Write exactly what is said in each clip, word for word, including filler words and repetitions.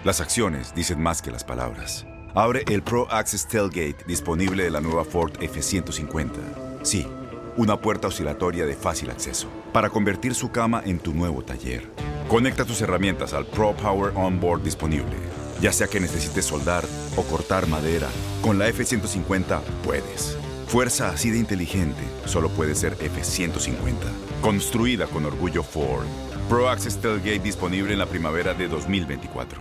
Las acciones dicen más que las palabras. Abre el Pro Access Tailgate disponible de la nueva Ford F ciento cincuenta. Sí, una puerta oscilatoria de fácil acceso para convertir su cama en tu nuevo taller. Conecta tus herramientas al Pro Power Onboard disponible. Ya sea que necesites soldar o cortar madera, con la F ciento cincuenta puedes. Fuerza así de inteligente solo puede ser F ciento cincuenta. Construida con orgullo Ford. Pro Access Tailgate disponible en la primavera de dos mil veinticuatro.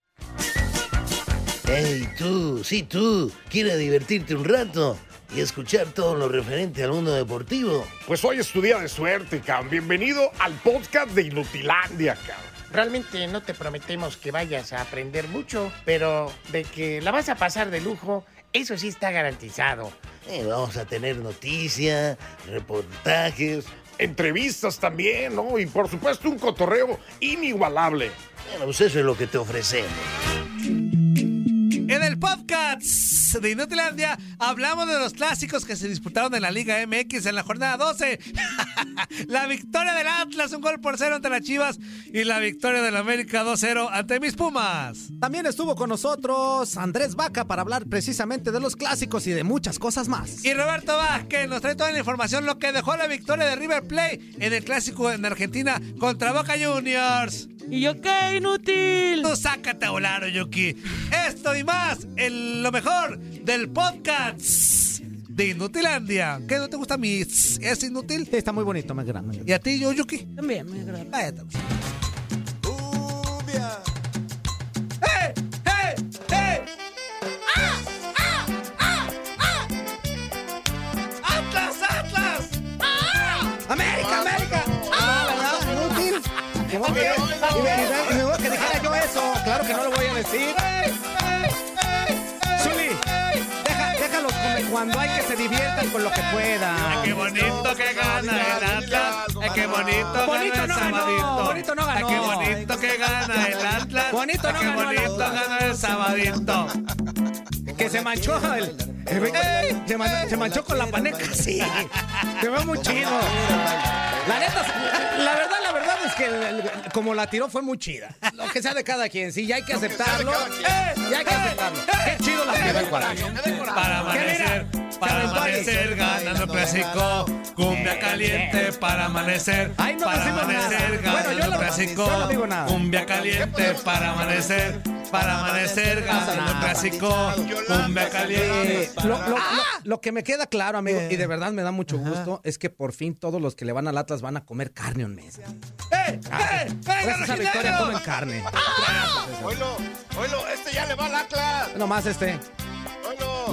Hey, tú, sí tú, ¿quieres divertirte un rato y escuchar todo lo referente al mundo deportivo? Pues hoy es tu día de suerte, cabrón. Bienvenido al podcast de Inutilandia, cabrón. Realmente no te prometemos que vayas a aprender mucho, pero de que la vas a pasar de lujo, eso sí está garantizado. Eh, vamos a tener noticias, reportajes, entrevistas también, ¿no? Y por supuesto un cotorreo inigualable. Bueno, pues eso es lo que te ofrecemos. En el podcast de Inutilandia hablamos de los clásicos que se disputaron en la Liga M X en la jornada doce. La victoria del Atlas, un gol por cero ante las Chivas, y la victoria del América dos cero ante mis Pumas. También estuvo con nosotros Andrés Vaca para hablar precisamente de los clásicos y de muchas cosas más. Y Roberto Vázquez nos trae toda la información, lo que dejó la victoria de River Plate en el clásico en Argentina contra Boca Juniors. ¿Y yo qué, inútil? Tú sácate a volar, Oyuki. Esto y más en lo mejor del podcast de Inutilandia. ¿Qué no te gusta a mí? ¿Es inútil? Sí, está muy bonito, me agrada. ¿Y a ti, Oyuki? También me agrada. Cállate. ¡Cumbia! ¡Hey! ¡Hey! ¡Hey! ¡Ah! ¡Ah! ¡Ah! ¡Ah! ¡Atlas! ¡Atlas! ¡Ah! ¡América! ¡América! ¡Ah! ¿Verdad? ¿Inútil? ¿Qué voy a querer? Y me, y me voy a que dijera yo eso. Claro que no lo voy a decir. Zuli, deja, déjalos como cuando hay que se diviertan con lo que puedan. Ay, qué bonito que gana el Atlas. Ay, qué bonito, bonito gana el no sabadito. Ganó, bonito no ganó. Ay, qué bonito que gana el Atlas. Bonito no Ay, qué ganó el bonito Atlas. gana el sabadito. Que se manchó el... el ey, se, man, se manchó con la paneca, sí. Se ve muy chido. La neta, la verdad, la verdad es que el, el, como la tiró fue muy chida. Lo que sea de cada quien, sí, ya hay que aceptarlo. Eh, ya hay que aceptarlo. Qué chido la tiró el cuadro. Para amanecer, para amanecer, ganando el clásico. Cumbia caliente, para amanecer, Ay, no para decimos amanecer, nada. Bueno, ganando yo el no- clásico. yo no digo nada. Cumbia caliente, para amanecer, para amanecer, ganando el clásico. Cumbia caliente. Eh, lo, lo, lo, lo que me queda claro, amigo, y de verdad me da mucho gusto, es que por fin todos los que le van al Atlas van a comer carne un mes. ¡Eh! ¡Eh! Gracias a esa victoria comen carne. Oilo, oilo, este ya le va al Atlas. Nomás este. Oilo.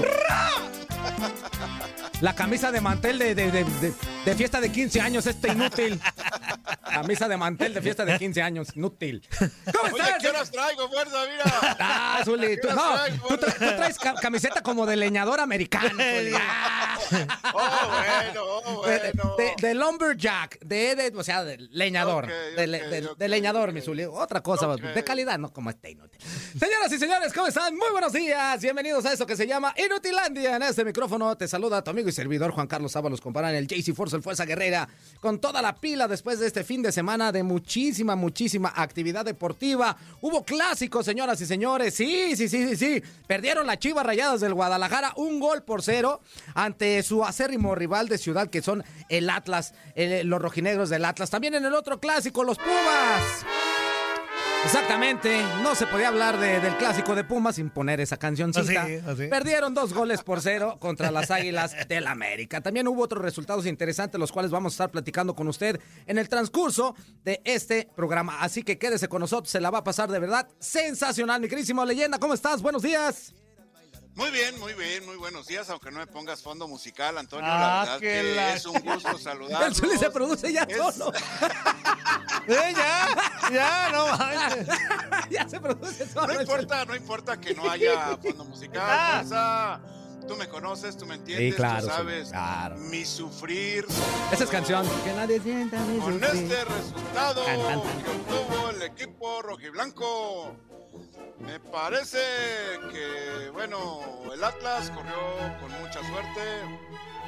La camisa de mantel de, de, de, de, de fiesta de quince años, este inútil. Camisa de mantel de fiesta de quince años, inútil. ¿Cómo Oye, estás? ¿qué horas traigo, fuerza? Mira. Ah, Zuli, tú, ¿Qué no, horas traigo, tú, tra- fuerza? tú traes ca- camiseta como de leñador americano, Zuli. Ah. Oh, bueno, oh, De, bueno. de, de lumberjack, de, de, o sea, de leñador, Ok, de, le- ok, de- ok, de leñador, ok. mi Zuli. Otra cosa, Ok. de calidad, no como este inútil. Señoras y señores, ¿cómo están? Muy buenos días, bienvenidos a eso que se llama Inutilandia. En este micrófono te saluda tu amigo y servidor Juan Carlos Ábalos, comparan el J C Force, el Fuerza Guerrera, con toda la pila después de este fin de semana de muchísima, muchísima actividad deportiva. Hubo clásicos, señoras y señores, sí, sí, sí, sí, sí. Perdieron las Chivas Rayadas del Guadalajara un gol por cero ante su acérrimo rival de ciudad, que son el Atlas, el- los rojinegros del Atlas. También en el otro clásico, los Pumas. Exactamente, no se podía hablar de- del clásico de Pumas sin poner esa cancioncita. Así, así. Perdieron dos goles por cero contra las Águilas del América. También hubo otros resultados interesantes, los cuales vamos a estar platicando con usted en el transcurso de este programa. Así que quédese con nosotros, se la va a pasar de verdad sensacional. Mi queridísimo Leyenda, ¿cómo estás? Buenos días. Muy bien, muy bien, muy buenos días, aunque no me pongas fondo musical, Antonio, Ah, la verdad que que la es un gusto saludarlos. El Zuli se produce ya Es- solo. ¡Eh, ya! ¡Ya! ¡No manches! Ya se produce solo. No importa, no importa que no haya fondo musical, fuerza. Tú me conoces, tú me entiendes, Sí, claro, tú sí, sabes claro. mi sufrir. Esa es canción. Que nadie sienta mi Con sufrir. este resultado Tan, tan, tan. que obtuvo el equipo rojiblanco, me parece que, bueno, el Atlas corrió con mucha suerte,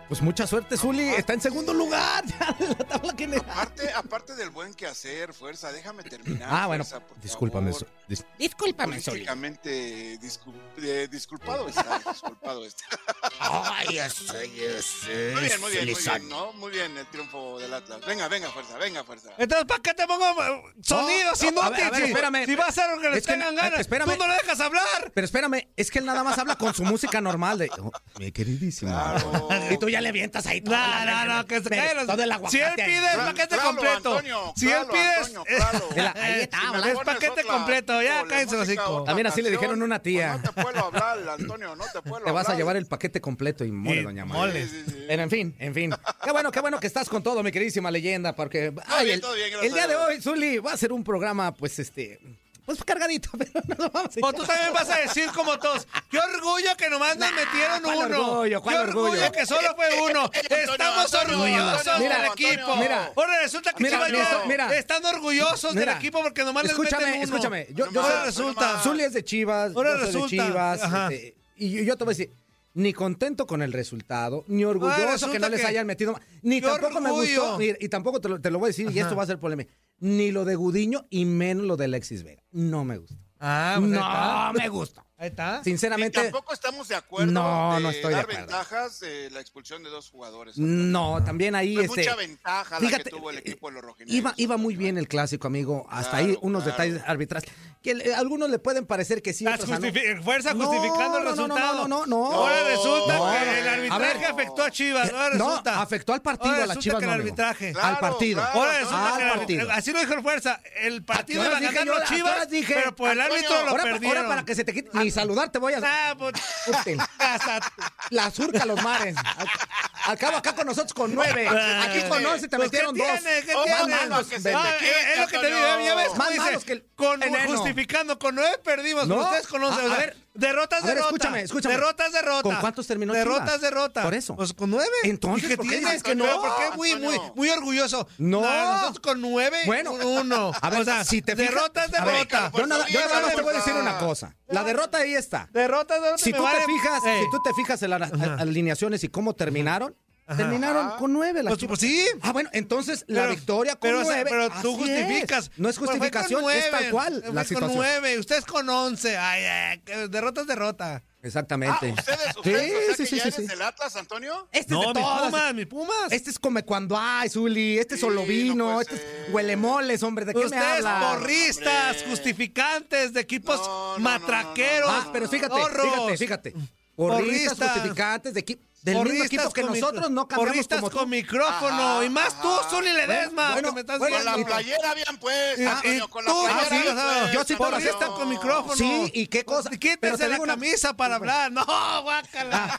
Pues mucha suerte, Zuli. Está en segundo lugar ya de la tabla general. Aparte, aparte del buen quehacer, fuerza, déjame terminar. Ah, bueno, fuerza, por discúlpame. favor. Dis- Discúlpame, Zuli. Políticamente discul- eh, disculpado está, disculpado está. Ay, yo soy, yo soy. Muy bien, muy bien, muy Lizón. bien, ¿no? Muy bien el triunfo del Atlas. Venga, venga, fuerza, venga, fuerza. Entonces, ¿para qué te pongo eh, sonidos No, no, a inútiles? ver, a ver, Si- espérame. Si va a ser lo que les Es que tengan no, ganas, espérame. tú no le dejas hablar. Pero espérame, es que él nada más habla con su música normal de... Oh, mi queridísimo. Claro. Y tú ya le avientas ahí todo. No, no, no, que se Ve, cae los... todo el Si aguacate él ahí. pide el Claro, paquete claro, completo, Antonio, si él claro, pide... Antonio, claro. Mira, ahí está, Es ¿verdad? paquete Pones otra- completo, ya ponle cállense los música, hocico. otra También así le canción, dijeron a una tía. pues no te puedo hablar, Antonio, no te puedo Te vas a hablar. llevar el paquete completo y mole, Y doña mole. María. Sí, sí, sí. Pero en fin, en fin. Qué bueno, qué bueno que estás con todo, mi queridísima leyenda, porque ay, bien, el, todo bien, gracias el día a de Dios. hoy, Zuli, va a ser un programa, pues, este, pues cargadito, pero no lo vamos a O tú también vas a decir como todos, qué orgullo que nomás nos metieron ¿cuál uno. orgullo, cuál qué orgullo, orgullo? que solo fue uno. Estamos Antonio, orgullosos Antonio, del Mira, equipo. mira. Ahora resulta que Mira, Chivas mira, ya mira. están orgullosos Mira, del equipo porque nomás les meten Escúchame, uno. escúchame. Yo, yo Ahora soy- resulta. Zuli es de Chivas, Ahora yo soy resulta. de Chivas. Ajá. este, y yo, yo te voy a decir, ni contento con el resultado, ni orgulloso resulta que no les que- hayan metido, ni ¡Qué tampoco me orgullo! gustó, ni- y tampoco te lo, te lo voy a decir, y esto va a ser polémica, ni lo de Gudiño y menos lo de Alexis Vega. No me gusta. Ah, pues ahí No está. me gusta. Ahí está. Y Sinceramente, tampoco estamos de acuerdo No, de no estoy de dar acuerdo. ventajas de la expulsión de dos jugadores. no, también ahí Fue este mucha ventaja la fíjate, que tuvo el eh, equipo de los rojinegros. Iba, iba muy bien el clásico, amigo. Hasta Claro, ahí unos claro. detalles arbitrales que le- algunos le pueden parecer que sí, Estás otros a no. justifi- fuerza No, justificando el no, no, resultado. no, no, no, no. Ahora resulta No, que no, el no. arbitraje A ver. afectó a Chivas. Ahora No, resulta. afectó al partido Ahora a las resulta Chivas, que el no, amigo. arbitraje. Claro, al partido. claro. Ahora resulta Al que el- partido. así lo dijo el fuerza. El partido ¿A qué iba horas dije ganando yo? ¿A qué Chivas, horas dije? pero por el Antonio, árbitro lo Ahora, perdieron. ahora para que se te quite, ni saludar te voy a... Ah, pues, Putin. cásate. La surca los mares. Al, al cabo acá con nosotros con nueve. Aquí con once te Pues, ¿qué metieron dos. tiene? ¿Qué Oh, tiene? más malos que se Ah, te eh, quite, es lo que te digo, Antonio. ya ves cómo Más dice, malos que el con, eneno. justificando, con nueve perdimos, No. con ustedes con once, A- o sea, a ver. derrotas, A ver, derrota. escúchame, escúchame. Derrotas, derrota. ¿Con cuántos terminó Derrotas, Chivas? derrota. Por eso. Pues con nueve. Entonces, ¿Y qué ¿por qué tienes? dices que no? Pero ¿por qué muy, muy, Antonio. muy orgulloso? No. Nosotros con nueve, Bueno, uno. A ver, o sea, si te fijas- derrotas, a ver, derrota. yo nada, yo nada más te voy a decir Fuerza. una cosa. La derrota ahí está. Derrotas, derrotas. Si me tú te vale- fijas, Ey. si tú te fijas en las a- alineaciones y cómo terminaron, terminaron Ajá. con nueve las Pues, Chivas. pues sí. Ah, bueno, entonces la Pero- victoria con pero, o sea, nueve. pero tú así justificas. es. No es Pues fue con justificación, es tal nueve, cual fue la con situación. nueve, ustedes con once. Ay, ay, que derrota es derrota. Ah, Exactamente. ustedes, ustedes, o sea sí, que sí, ya sí, eres sí. del Atlas, Antonio. Este No, es de mis todas. pumas, mis pumas. Este es come cuando hay, Zuli. Este es Sí, solovino. no puede este ser. es huelemoles, hombre. ¿De qué me Ustedes hablas? porristas, Hombre. justificantes de equipos No, no, no, matraqueros. Ah, pero fíjate, zorros. fíjate, fíjate. Porristas, Porristas. justificantes de equipo. Del mismo Porristas equipo que con nosotros micro- no cambiamos porristas como tú. con micrófono. Ajá, y más tú, ajá. Zuli Ledesma, Bueno, que me estás bueno, Con la viendo. playera bien pues, Y- Antonio, y con la tú, playera ah, sí, bien pues. yo sí te lo Porrista acepto. con micrófono. Sí, ¿y qué cosa? Pero Quítese te la digo una- camisa para hablar. No, guácala.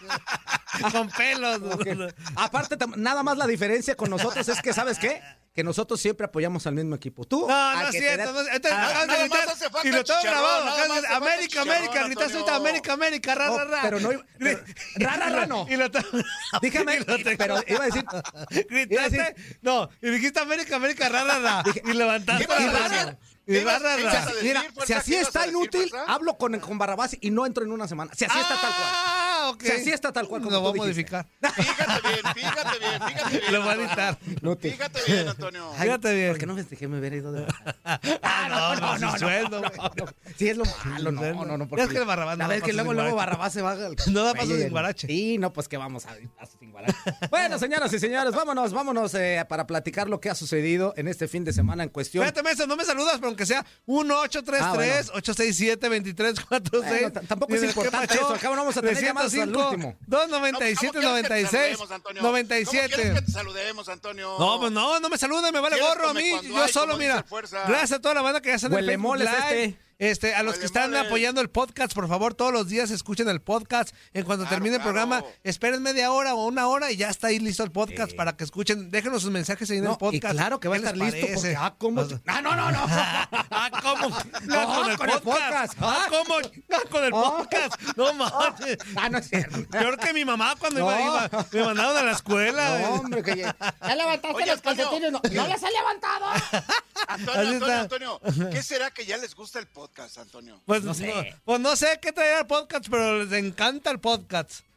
con pelos. Aparte, tam- nada más la diferencia con nosotros es que, ¿sabes qué? Que nosotros siempre apoyamos al mismo equipo. Tú, No, al no es que te cierto. da- No, entonces, Ah, acabas de nada más gritar, hace falta y lo tengo chicharrón, grabado. nada acabas más de- hace falta América, chicharrón, América. Gritaste Antonio. ahorita América, América. Ra, No, ra, ra. pero no iba- pero- ra, ra, ra, no. Y lo te- Dígame, y lo te- pero iba a decir... Gritaste. iba a decir- No, y dijiste América, América, ra, ra, ra. Y levantaste ¿Qué ibas la a mano. decir? Y ¿Qué ra, ibas- ra, qué ra. ibas a decir? Mira, Fuerza, si así ¿qué ibas está a decir, inútil, Fuerza? hablo con, con Barrabás y no entro en una semana. Si así está tal cual. Ah, ok. Si así está tal cual como Lo tú voy a dijiste. modificar. Fíjate bien, fíjate bien, fíjate bien. Lo voy a Antonio. editar. No te- Fíjate bien, Antonio. Ay, Fíjate bien. ¿Por qué no festejé me hubiera ido de Ah, no, no, no, sueldo. Sí, es lo malo, no, no, no. Ya es que el Barrabás no A da ver, que paso luego, sin luego guarache. Barrabás se va al... No da paso Ahí sin el- guarache. Sí, no, pues que vamos a paso sin guarache. Bueno, señoras y señores, vámonos, vámonos eh, para platicar lo que ha sucedido en este fin de semana en cuestión. Espérate, Mesa, no me saludas, pero aunque sea uno ocho tres tres, ocho seis siete, dos tres cuatro seis. Bueno, t- tampoco es importante eso, al cabo no vamos a tener llamadas al último. dos noventa y siete, noventa y seis, noventa y ¿Cómo quieres siete. que te saludemos, Antonio? No, pues no, no me saluden, me vale ¿Quieres gorro a come mí. cuando Yo hay, solo, como dice mira. el Fuerza? Gracias a toda la banda que ya están en el Facebook Huelemoles Live. este. Este, a los que están Huelemoles. apoyando el podcast, por favor, todos los días escuchen el podcast. En cuanto Claro, termine el claro. programa, esperen media hora o una hora y ya está ahí listo el podcast para que escuchen. Déjenos sus mensajes ahí en No, el podcast. y claro que va a ¿Qué estar les listo porque, parece? ah, ¿cómo? O sea, Ah, no, no, no. Ah, ¿cómo? No, Ah, con el con el podcast. podcast. Ah, ¿cómo? Ah, con el Ah. podcast. No manches. Ah, no es cierto. Peor que mi mamá cuando No. iba, iba, me mandaron a la escuela. No, hombre, que ya... ¿Ya levantaste Oye, los Antonio. calcetines? No, ¿no las ha levantado? Antonio, Así Antonio, está. Antonio, ¿qué será que ya les gusta el podcast, Antonio? Pues no sé. pues no sé qué traerá el podcast, pero les encanta el podcast.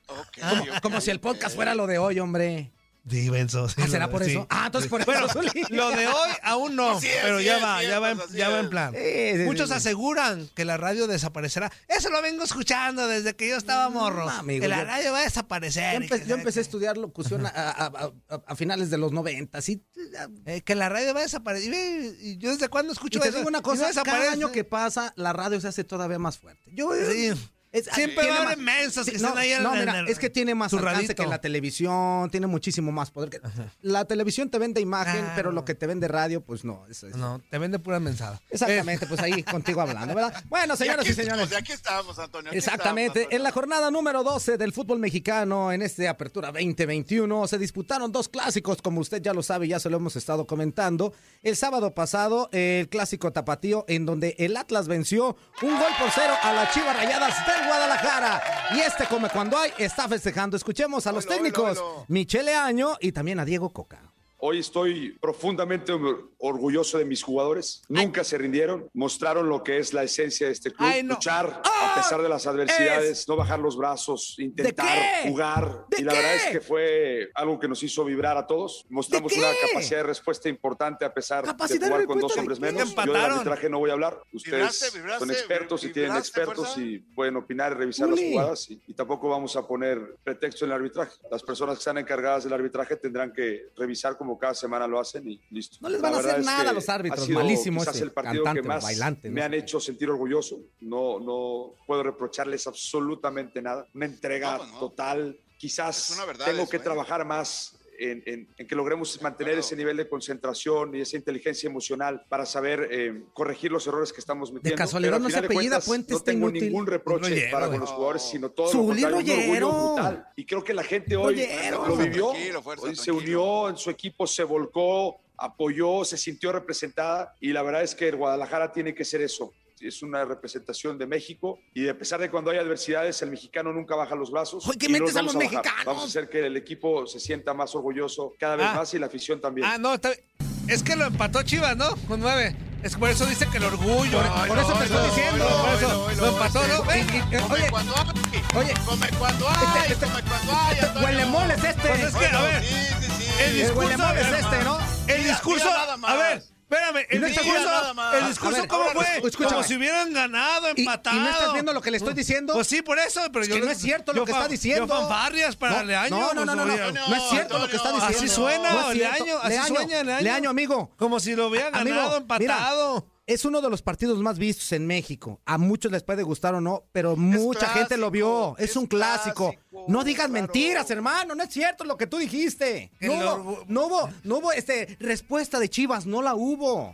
Ok, Como, ok, como si el podcast ok. fuera lo de hoy, hombre. Sí, Benzo. sí, Ah, ¿será lo- por sí. eso? Ah, entonces por eso. Bueno, Zuli. lo de hoy aún no, Así es, pero así ya es, va, sí, ya va, en, pues, así ya va en es. plan. Sí, sí, Muchos sí, sí. aseguran que la radio desaparecerá. Eso lo vengo escuchando desde que yo estaba morro. No, amigo, que la yo- radio va a desaparecer. Yo, y empe- que yo sabe empecé a qué. estudiar locución a, a- a- a- a finales de los noventa, ¿sí? Eh, que la radio va a desaparecer. Y, ve, y yo desde cuándo Y escucho te eso. digo una Y no cosa, cada desaparece. año que pasa, la radio se hace todavía más fuerte. Yo, Sí. es- Siempre tiene va a haber más- mensos que sí, están no, ahí en- no, en mira, el- es que tiene más su alcance radito. que la televisión, tiene muchísimo más poder. que- La televisión te vende imagen, Ah, pero no. lo que te vende radio, pues no. Eso es- No, te vende pura mensada. Exactamente, pues ahí contigo hablando, ¿verdad? Bueno, Y señoras aquí y señores. estamos, y aquí estamos, Antonio. aquí Exactamente. estamos, En la Antonio. jornada número doce del fútbol mexicano, en este Apertura veinte veintiuno, se disputaron dos clásicos, como usted ya lo sabe, ya se lo hemos estado comentando. El sábado pasado, el clásico tapatío, en donde el Atlas venció un gol por cero a las Chivas Rayadas del Guadalajara. Y este Come Cuando Hay está festejando. Escuchemos a los Oilo, técnicos, oilo, oilo. Michele Año y también a Diego Coca. Hoy estoy profundamente orgulloso de mis jugadores. Nunca se rindieron, mostraron lo que es la esencia de este club. Ay, no. Luchar ¡Ah! a pesar de las adversidades, no bajar los brazos, intentar qué? jugar. ¿De Y la qué? verdad es que fue algo que nos hizo vibrar a todos. Mostramos ¿De una qué? capacidad de respuesta importante a pesar ¿Capacidad de de jugar con dos respuesta de hombres qué? menos. Yo del Empataron. arbitraje no voy a hablar. Ustedes ¿Vibraste, vibraste, son expertos y tienen vibraste, expertos fuerza? y pueden opinar y revisar Uli. las jugadas. Y, y tampoco vamos a poner pretexto en el arbitraje. Las personas que están encargadas del arbitraje tendrán que revisar como cada semana lo hacen y listo. No les La van a verdad hacer es nada que a los árbitros, ha sido malísimo quizás ese el partido cantante que o más bailante, ¿no? me han hecho sentir orgulloso. No, no puedo reprocharles absolutamente nada. Una entrega No, pues no. total. Quizás Es una verdad tengo eso, que ¿eh? trabajar más en, en- en que logremos mantener Claro. ese nivel de concentración y esa inteligencia emocional para saber eh, corregir los errores que estamos metiendo. casualidad Pero al no se final de apellida cuentas, Puente no este tengo inútil. ningún reproche Rollero, para güey. con los jugadores, sino todo Zuli lo contrario, un Rollero. orgullo brutal. Y creo que la gente hoy Rollero. lo vivió, Tranquilo, fuerza, hoy se tranquilo. unió en su equipo, se volcó, apoyó, se sintió representada y la verdad es que el Guadalajara tiene que ser eso. Es una representación de México y a pesar de cuando hay adversidades, el mexicano nunca baja los brazos. Oye, ¿qué y no metes a vamos los bajar. mexicanos? Vamos a hacer que el equipo se sienta más orgulloso cada vez Ah. más y la afición también. Ah, no, está bien. Es que lo empató Chivas, ¿no? Con nueve. Es por eso dice que el orgullo. Ay, Por eso no, te estoy no, diciendo. no, Por eso no, no, lo empató, ¿no? este, Ven. Y- y- Come oye, cuando hay. oye. Come cuando hay. Este- este- Come cuando hay, Antonio. Huele moles este. Pues es que, a ver, Sí, sí, sí. el El discurso. huelemoles a ver, este, ¿no? El Mira, discurso. mira nada más. A ver, espérame. El no estás discurso. viendo nada más. El discurso, A ver, ¿cómo ahora, fue? escúchame. Como si hubieran ganado, ¿Y- empatado. y no estás viendo lo que le estoy diciendo? Pues sí, por eso. Pero Es yo que le- no es cierto lo yo que fan- está diciendo. Yo fanfarrias para No, Leaño. no, no, no, no, no, pues, no es cierto lo que está Antonio, diciendo. Así suena, No es cierto. Leaño, así Leaño, suena, Leaño. Leaño, amigo. Como si lo hubiera Amigo, ganado, mira, empatado. es uno de los partidos más vistos en México. A muchos les puede gustar o no, pero mucha gente lo vio. Es, es un clásico. clásico, No digas claro. mentiras, hermano. No es cierto lo que tú dijiste. El No hubo, orgu- no hubo, no hubo este, respuesta de Chivas. No la hubo.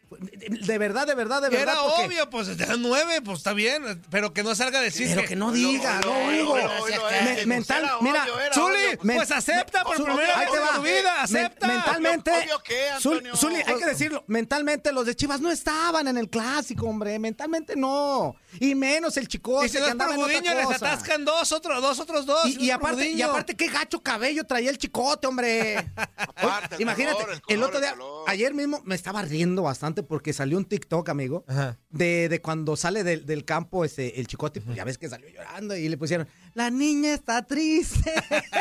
De verdad, de verdad, de verdad. Era porque- obvio, pues te dan nueve, pues está bien. Pero que no salga a decir Pero que no Oilo, diga, oilo, no oilo, hubo. oilo, oilo, Me- este, mental, era mira, obvio, era Zuli, obvio. Men- pues acepta por Zuli, primera ahí vez te en va. tu vida, Men- acepta. mentalmente, Obvio que, Zul- Antonio. Zuli, hay que decirlo, mentalmente los de Chivas no estaban en el clásico, hombre, mentalmente no. Y menos el Chicote Y si no que es andaba por en otra Gudiño, les cosa. atascan dos, otro, dos, otros dos. Y, si no y es por aparte, y Gudiño. aparte, qué gacho cabello traía el Chicote, hombre. Aparte, el Imagínate, color, el el, color, otro el día, color. ayer mismo me estaba riendo bastante porque salió un TikTok, amigo, Ajá. de, de cuando sale del, del campo ese, el Chicote, pues ya ves que salió llorando y le pusieron, la niña está triste.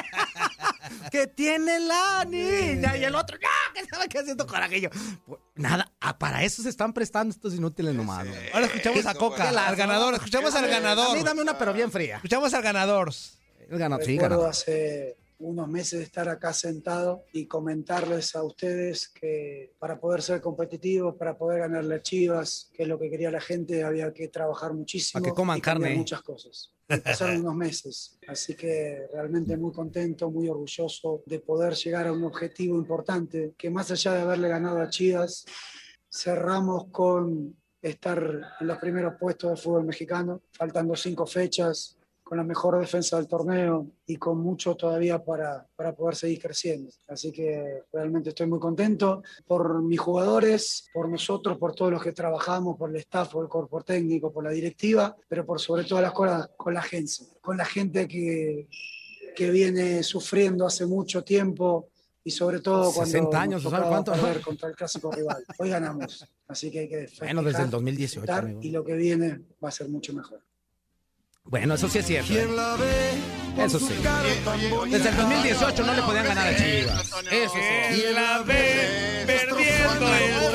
que tiene la niña. Y el otro, no, que estaba que haciendo corajillo. Pues, nada, ah, para eso se están prestando estos inútiles nomás. ¿no? Ahora escuchamos a Coca, al ganador. Escuchamos al A mí ganador. dame una, pero bien fría. Escuchamos al ganador. El ganador, sí, Recuerdo ganador. hace unos meses de estar acá sentado y comentarles a ustedes que para poder ser competitivos, para poder ganarle a Chivas, que es lo que quería la gente, había que trabajar muchísimo. Para que coman y cambiar carne. muchas cosas. Y pasaron unos meses, así que realmente muy contento, muy orgulloso de poder llegar a un objetivo importante, que más allá de haberle ganado a Chivas, cerramos con estar en los primeros puestos del fútbol mexicano, faltando cinco fechas, con la mejor defensa del torneo y con mucho todavía para, para poder seguir creciendo. Así que realmente estoy muy contento por mis jugadores, por nosotros, por todos los que trabajamos, por el staff, por el cuerpo técnico, por la directiva, pero por sobre todas las cosas con la gente, con la gente que, que viene sufriendo hace mucho tiempo y sobre todo cuando sesenta años, nos ¿sabes tocaba cuánto? perder contra el clásico rival. Hoy ganamos, así que hay que Bueno, desde el festejar, dos mil dieciocho, disfrutar, amigo. y lo que viene va a ser mucho mejor. Bueno, eso sí es cierto. ¿eh? ¿Quién la ve Eso sí. Desde el dos mil dieciocho no le podían ganar a Chivas. Eso sí. Y la ve perdiendo el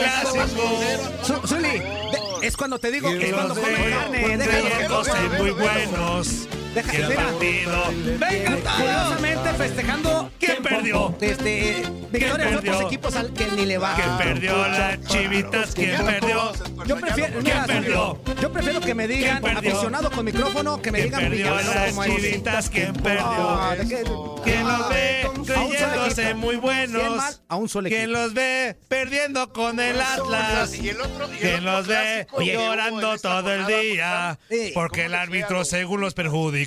clásico. Zuli, es cuando te digo que es cuando come carne. Déjalos muy buenos. Deja, el mira, partido. Venga, curiosamente festejando. ¿Quién perdió? Este, victoria de otros equipos al que ni le va. ¿Quién perdió? Las Chivitas. ¿Quién perdió? Yo prefiero, ¿Quién perdió? Yo prefiero que me digan aficionado con micrófono, que me digan perdió las Chivitas. ¿Quién perdió? ¿Quién los ve creyéndose muy buenos? A un solo equipo. ¿Quién los ve perdiendo con el Atlas? ¿Quién los ve llorando todo el día? Porque el árbitro según los perjudicó.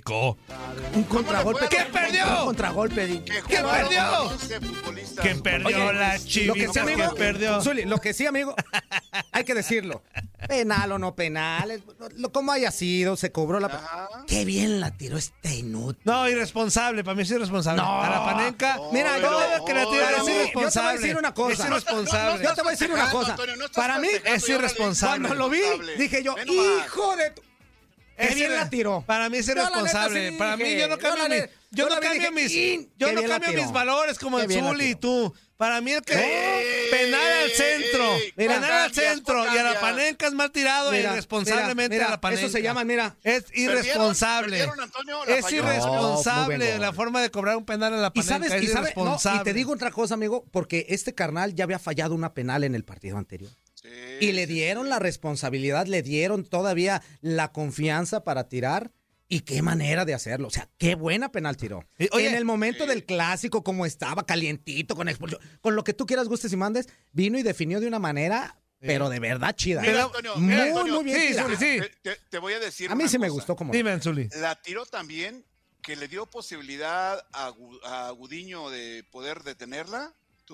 Un contragolpe. ¿Quién perdió? Un contragolpe. ¿Quién perdió? ¿Quién perdió? Las Chivitas. ¿Quién perdió? Zuli, lo que sí, amigo, hay que decirlo. Penal o no penal, lo, como haya sido, se cobró la... Ajá. Qué bien la tiró este inútil. No, irresponsable, para mí es irresponsable. No. A la Panenka, no, mira, yo no, que la tira es irresponsable. Yo te voy a decir una cosa. Es irresponsable. Yo te voy a decir una cosa. Para mí es irresponsable. Cuando lo vi, dije yo, hijo de tu... Qué bien la tiró. Para mí es irresponsable. Sí, para mí yo no cambio, yo mi, yo no cambio mis, yo no cambio mis valores como el Zuli y tú. Para mí el que ¿Eh? penal al centro, mira, penal al centro y a la Panenka es mal tirado mira, irresponsablemente mira, mira, a la Panenka. Eso se llama, mira, es irresponsable. ¿Perdieron, perdieron, Antonio, es irresponsable no, la forma de cobrar un penal a la Panenka. Y sabes, es y, sabe, irresponsable. No, y te digo otra cosa, amigo, porque este carnal ya había fallado una penal en el partido anterior. Sí, y le dieron la responsabilidad, le dieron todavía la confianza para tirar. Y qué manera de hacerlo. O sea, qué buena penal tiró. Oye, en el momento sí. del clásico, como estaba, calientito, con expulsión, con lo que tú quieras, gustes y mandes, vino y definió de una manera, sí. pero de verdad chida. Mira, Antonio, muy, mira, Antonio, muy bien. Sí, Zuli, sí. Te, te voy a decir. A mí una sí cosa. me gustó como. Dime, Zuli. La tiró también que le dio posibilidad a, a Gudiño de poder detenerla.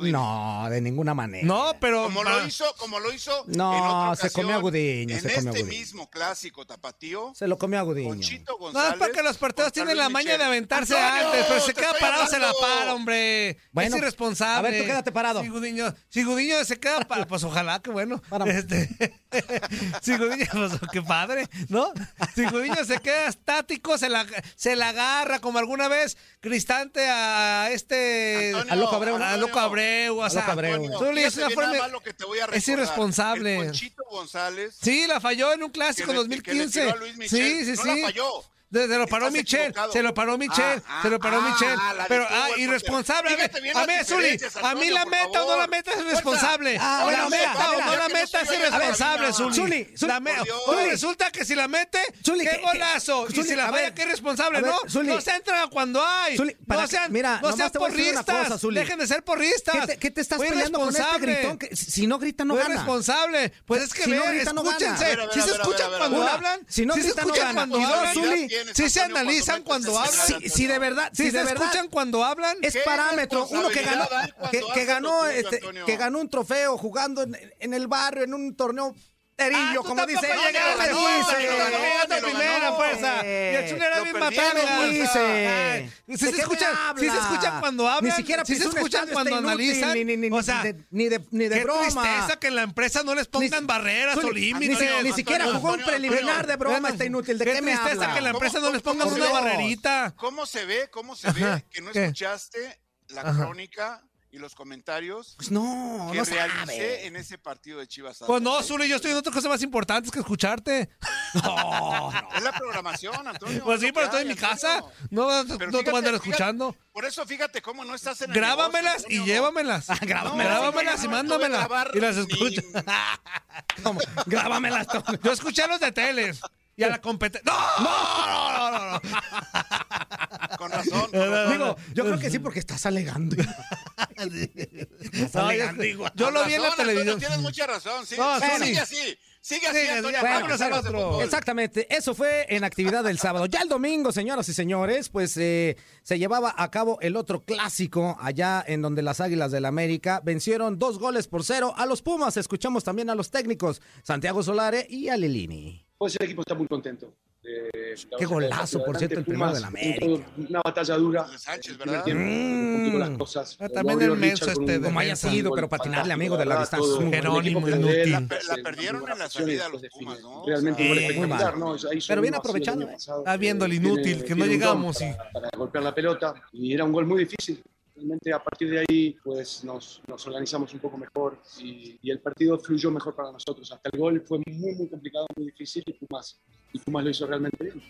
No, de ninguna manera. No, pero como lo hizo, como lo hizo no, en otra se comió a Gudiño, en se este comió a Gudiño. mismo clásico tapatío. Se lo comió a Gudiño. Conchito González. No, es porque los partidos tienen la maña de aventarse Antonio, antes, pero se queda parado, hablando. se la para, hombre. Bueno, es irresponsable. A ver, tú quédate parado. Si Gudiño, si Gudiño se queda parado, pues ojalá, que bueno. Este, si Gudiño, pues qué padre, ¿no? Si Gudiño se queda estático, se la, se la agarra como alguna vez Cristante a este... Antonio, a Loco Abreu. A Loco Abreu, o sea, Zuli, es, una forma, es irresponsable. El Conchito González. Sí, la falló en un clásico dos mil quince. Sí, sí, no sí. La falló. Se lo paró Michel, se lo paró Michel, ah, se lo paró ah, Michel. ah, pero, ah, irresponsable. A mí, Zuli, a mí la meta o no la meta es irresponsable. Ah, la bueno, meta mira, o mira, no la meta es irresponsable, Zuli. Resulta que si la mete, qué golazo. Y si la falla, qué irresponsable, ¿no? No se entra cuando hay. No sean, no sean porristas. Dejen de ser porristas. ¿Qué te estás peleando con este gritón? Si no grita, no gana. Es responsable. Pues es que vean, escúchense. Si se escuchan cuando hablan, si no grita, no gana. Y dos, Zuli, si se analizan cuando hablan. Si, si de verdad, si, si se de verdad, escuchan cuando hablan, es parámetro. Uno que ganó, que, que ganó, este, que ganó un trofeo jugando en, en el barrio, en un torneo terillo, ah, como dice. Llegando a primera fuerza. Y el Zuli era bien matado. Dice. Si se escuchan, si se escuchan cuando hablan, ni siquiera si se escuchan cuando analizan, ni, ni, ni, o sea, ni de ni de qué broma. tristeza que en la empresa no les pongan barreras o límites. Ni, ni siquiera jugó un preliminar de broma, está inútil. ¿De qué me habla? Qué tristeza que en la empresa no les pongan una barrerita. ¿Cómo se ve? ¿Cómo se ve que no escuchaste la crónica y los comentarios pues no, que no realicé sabe. en ese partido de Chivas? Pues no, Zuli, yo estoy en otras cosas más importantes que escucharte. No, no. Es la programación, Antonio. Pues sí, pero estoy en mi casa. No, no te voy a andar escuchando. Por eso fíjate cómo no estás en el Grábamelas negocio, y llévamelas. Ah, grábamelas. Grábamelas y mándamelas. Y las escucho. ¿Cómo? Grábamelas. Yo escuché a los de tele. Y a la competencia. ¡No! ¡No! No, no, no. Con razón. Con razón. Digo, yo creo que sí, porque estás alegando. Estás alegando igual. Yo lo vi en la televisión. Tienes mucha razón. Sí, no, sí, sí. Sigue así. Sigue así, Antonio. Bueno, Vámonos al otro. Exactamente, eso fue en actividad del sábado. Ya el domingo, señoras y señores, pues eh, se llevaba a cabo el otro clásico allá en donde las Águilas del América vencieron dos goles por cero a los Pumas. Escuchamos también a los técnicos Santiago Solari y a Lilini. Pues el equipo está muy contento. Eh, Qué golazo, por cierto, el primero de la América. Una batalla dura. De Sánchez, ¿verdad? Mm. Las cosas. Ah, también el menso este de Como haya defensa. sido, pero patinarle, amigo, de la distancia es un Jerónimo La, inútil. La perdieron en la salida a los Pumas, ¿no? Realmente Sí, fue muy espectacular, mal. ¿no? Ahí Pero bien solo aprovechado, ha sido el año ¿eh? pasado, Está viendo el eh, inútil, tiene- que no tiene un don llegamos y... Para, para golpear la pelota. Y era un gol muy difícil. Realmente a partir de ahí pues nos, nos organizamos un poco mejor y, y el partido fluyó mejor para nosotros. Hasta el gol fue muy, muy complicado, muy difícil y Pumas, y Pumas lo hizo realmente bien.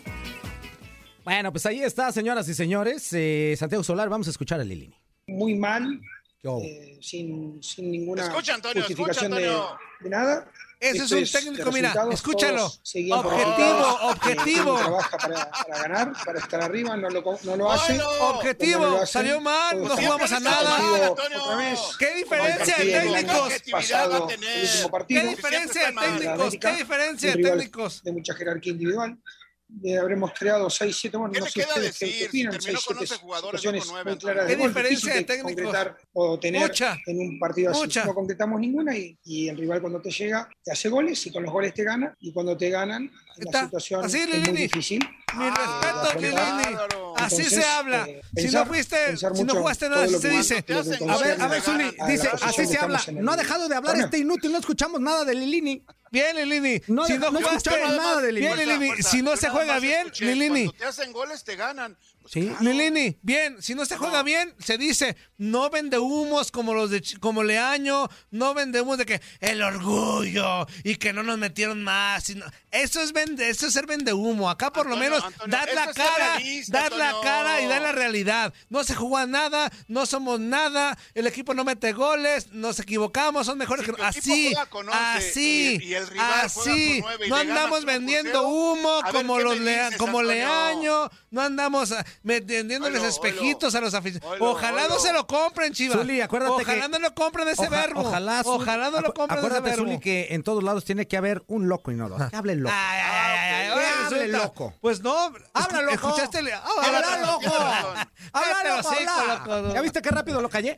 Bueno, pues ahí está, señoras y señores. Eh, Santiago Solar, vamos a escuchar a Lilini. Muy mal, Yo. eh, sin, sin ninguna Escucha, Antonio, justificación escucha, de, Antonio. de nada. Ese es Esto un es técnico, de mira, resultados, escúchalo. todos seguían por Objetivo, resultados. objetivo. Eh, trabaja para, para ganar, para estar arriba, no lo, no lo hace. Bueno, Objetivo, Cuando lo hacen, salió mal, todos no están jugamos a Siempre nada. sale mal, Otra Antonio. vez. ¿Qué diferencia de Como el partido del técnicos? año Objetividad pasado, va a tener. el último ¿Qué partido, diferencia de Siempre está mal. técnicos? América, ¿Qué diferencia de un rival técnicos? de mucha jerarquía individual. Eh, habremos creado seis, siete, bueno, ¿Qué no le sé queda ustedes qué- decir? qué opinan, Si terminó seis, con siete once jugadores, situaciones no con nueve, muy claras ¿Qué de gol, diferencia de difícil técnicos? concretar o tener Mucha. en un partido así. Mucha. No concretamos ninguna y, y el rival cuando te llega te hace goles y con los goles te gana y cuando te ganan la Está. situación Así, es muy Lilini. difícil. Mi respeto, Ah, Lilini. claro. Así Entonces, se habla. eh, si pensar- no fuiste, pensar si no mucho jugaste en nada, todo así lo se que- dice. lo que A ver, A ver, a ver, concierne Zuli, a la dice, posición así que se estamos habla. en el- No ha dejado de hablar Bueno. este inútil, no escuchamos nada de Lilini. Bien, Lilini. No, si no, no jugaste, escuchamos nada de Lilini. Bien, Lilini. Si no se juega bien, Lilini. Cuando te hacen goles, te ganan. Pues Sí. claro. Lilini, bien, si no se juega bien, se dice, no vende humos como los de Ch- como Leaño, no vende humos de que el orgullo y que no nos metieron más. Sino, eso es vende, eso es ser vende humo. Acá por lo Antonio, menos Antonio, dar eso la es ser cara, realista, dar la Antonio. cara y dar la realidad. No se juega nada, no somos nada, el equipo no mete goles, nos equivocamos, son mejores Si que tu equipo así, juega con once así, y- y el rival juega así. con nueve y No le ganas andamos uno por vendiendo cero, humo a ver, como ¿qué los me lea- dices, como Antonio? Leaño, no andamos ah, vendiéndoles Oilo, espejitos a los aficionados. oilo, Ojalá no oilo. se lo compren, Chivas. Zuli, acuérdate Ojalá que- no lo compren ese Oja- verbo. Ojalá, Zuli- Ojalá no lo acu- compren ese Acuérdate, verbo. Zuli, que en todos lados tiene que haber un loco y no dos. Que hable loco. Ay, ay, ay, ay, ahora Que hable resulta- loco. Pues no. ¡Habla, escu- loco! ¿Escuchaste? el- ah, ¡Habla, habla, loco! tiene razón. ¡Habla, Cállate loco, los hocico, habla! loco. ¿Ya viste qué rápido lo callé?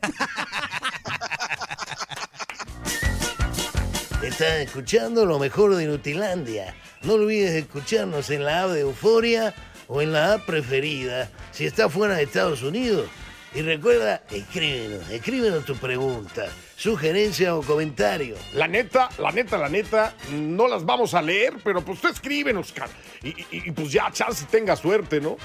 Estás escuchando lo mejor de Inutilandia. No olvides escucharnos en la app de Euforia o en la app preferida si estás fuera de Estados Unidos. Y recuerda, escríbenos, escríbenos tu pregunta, sugerencia o comentario. La neta, la neta, la neta, no las vamos a leer, pero pues tú escríbenos, Oscar. Y, y- y pues ya, chance tenga suerte, ¿no?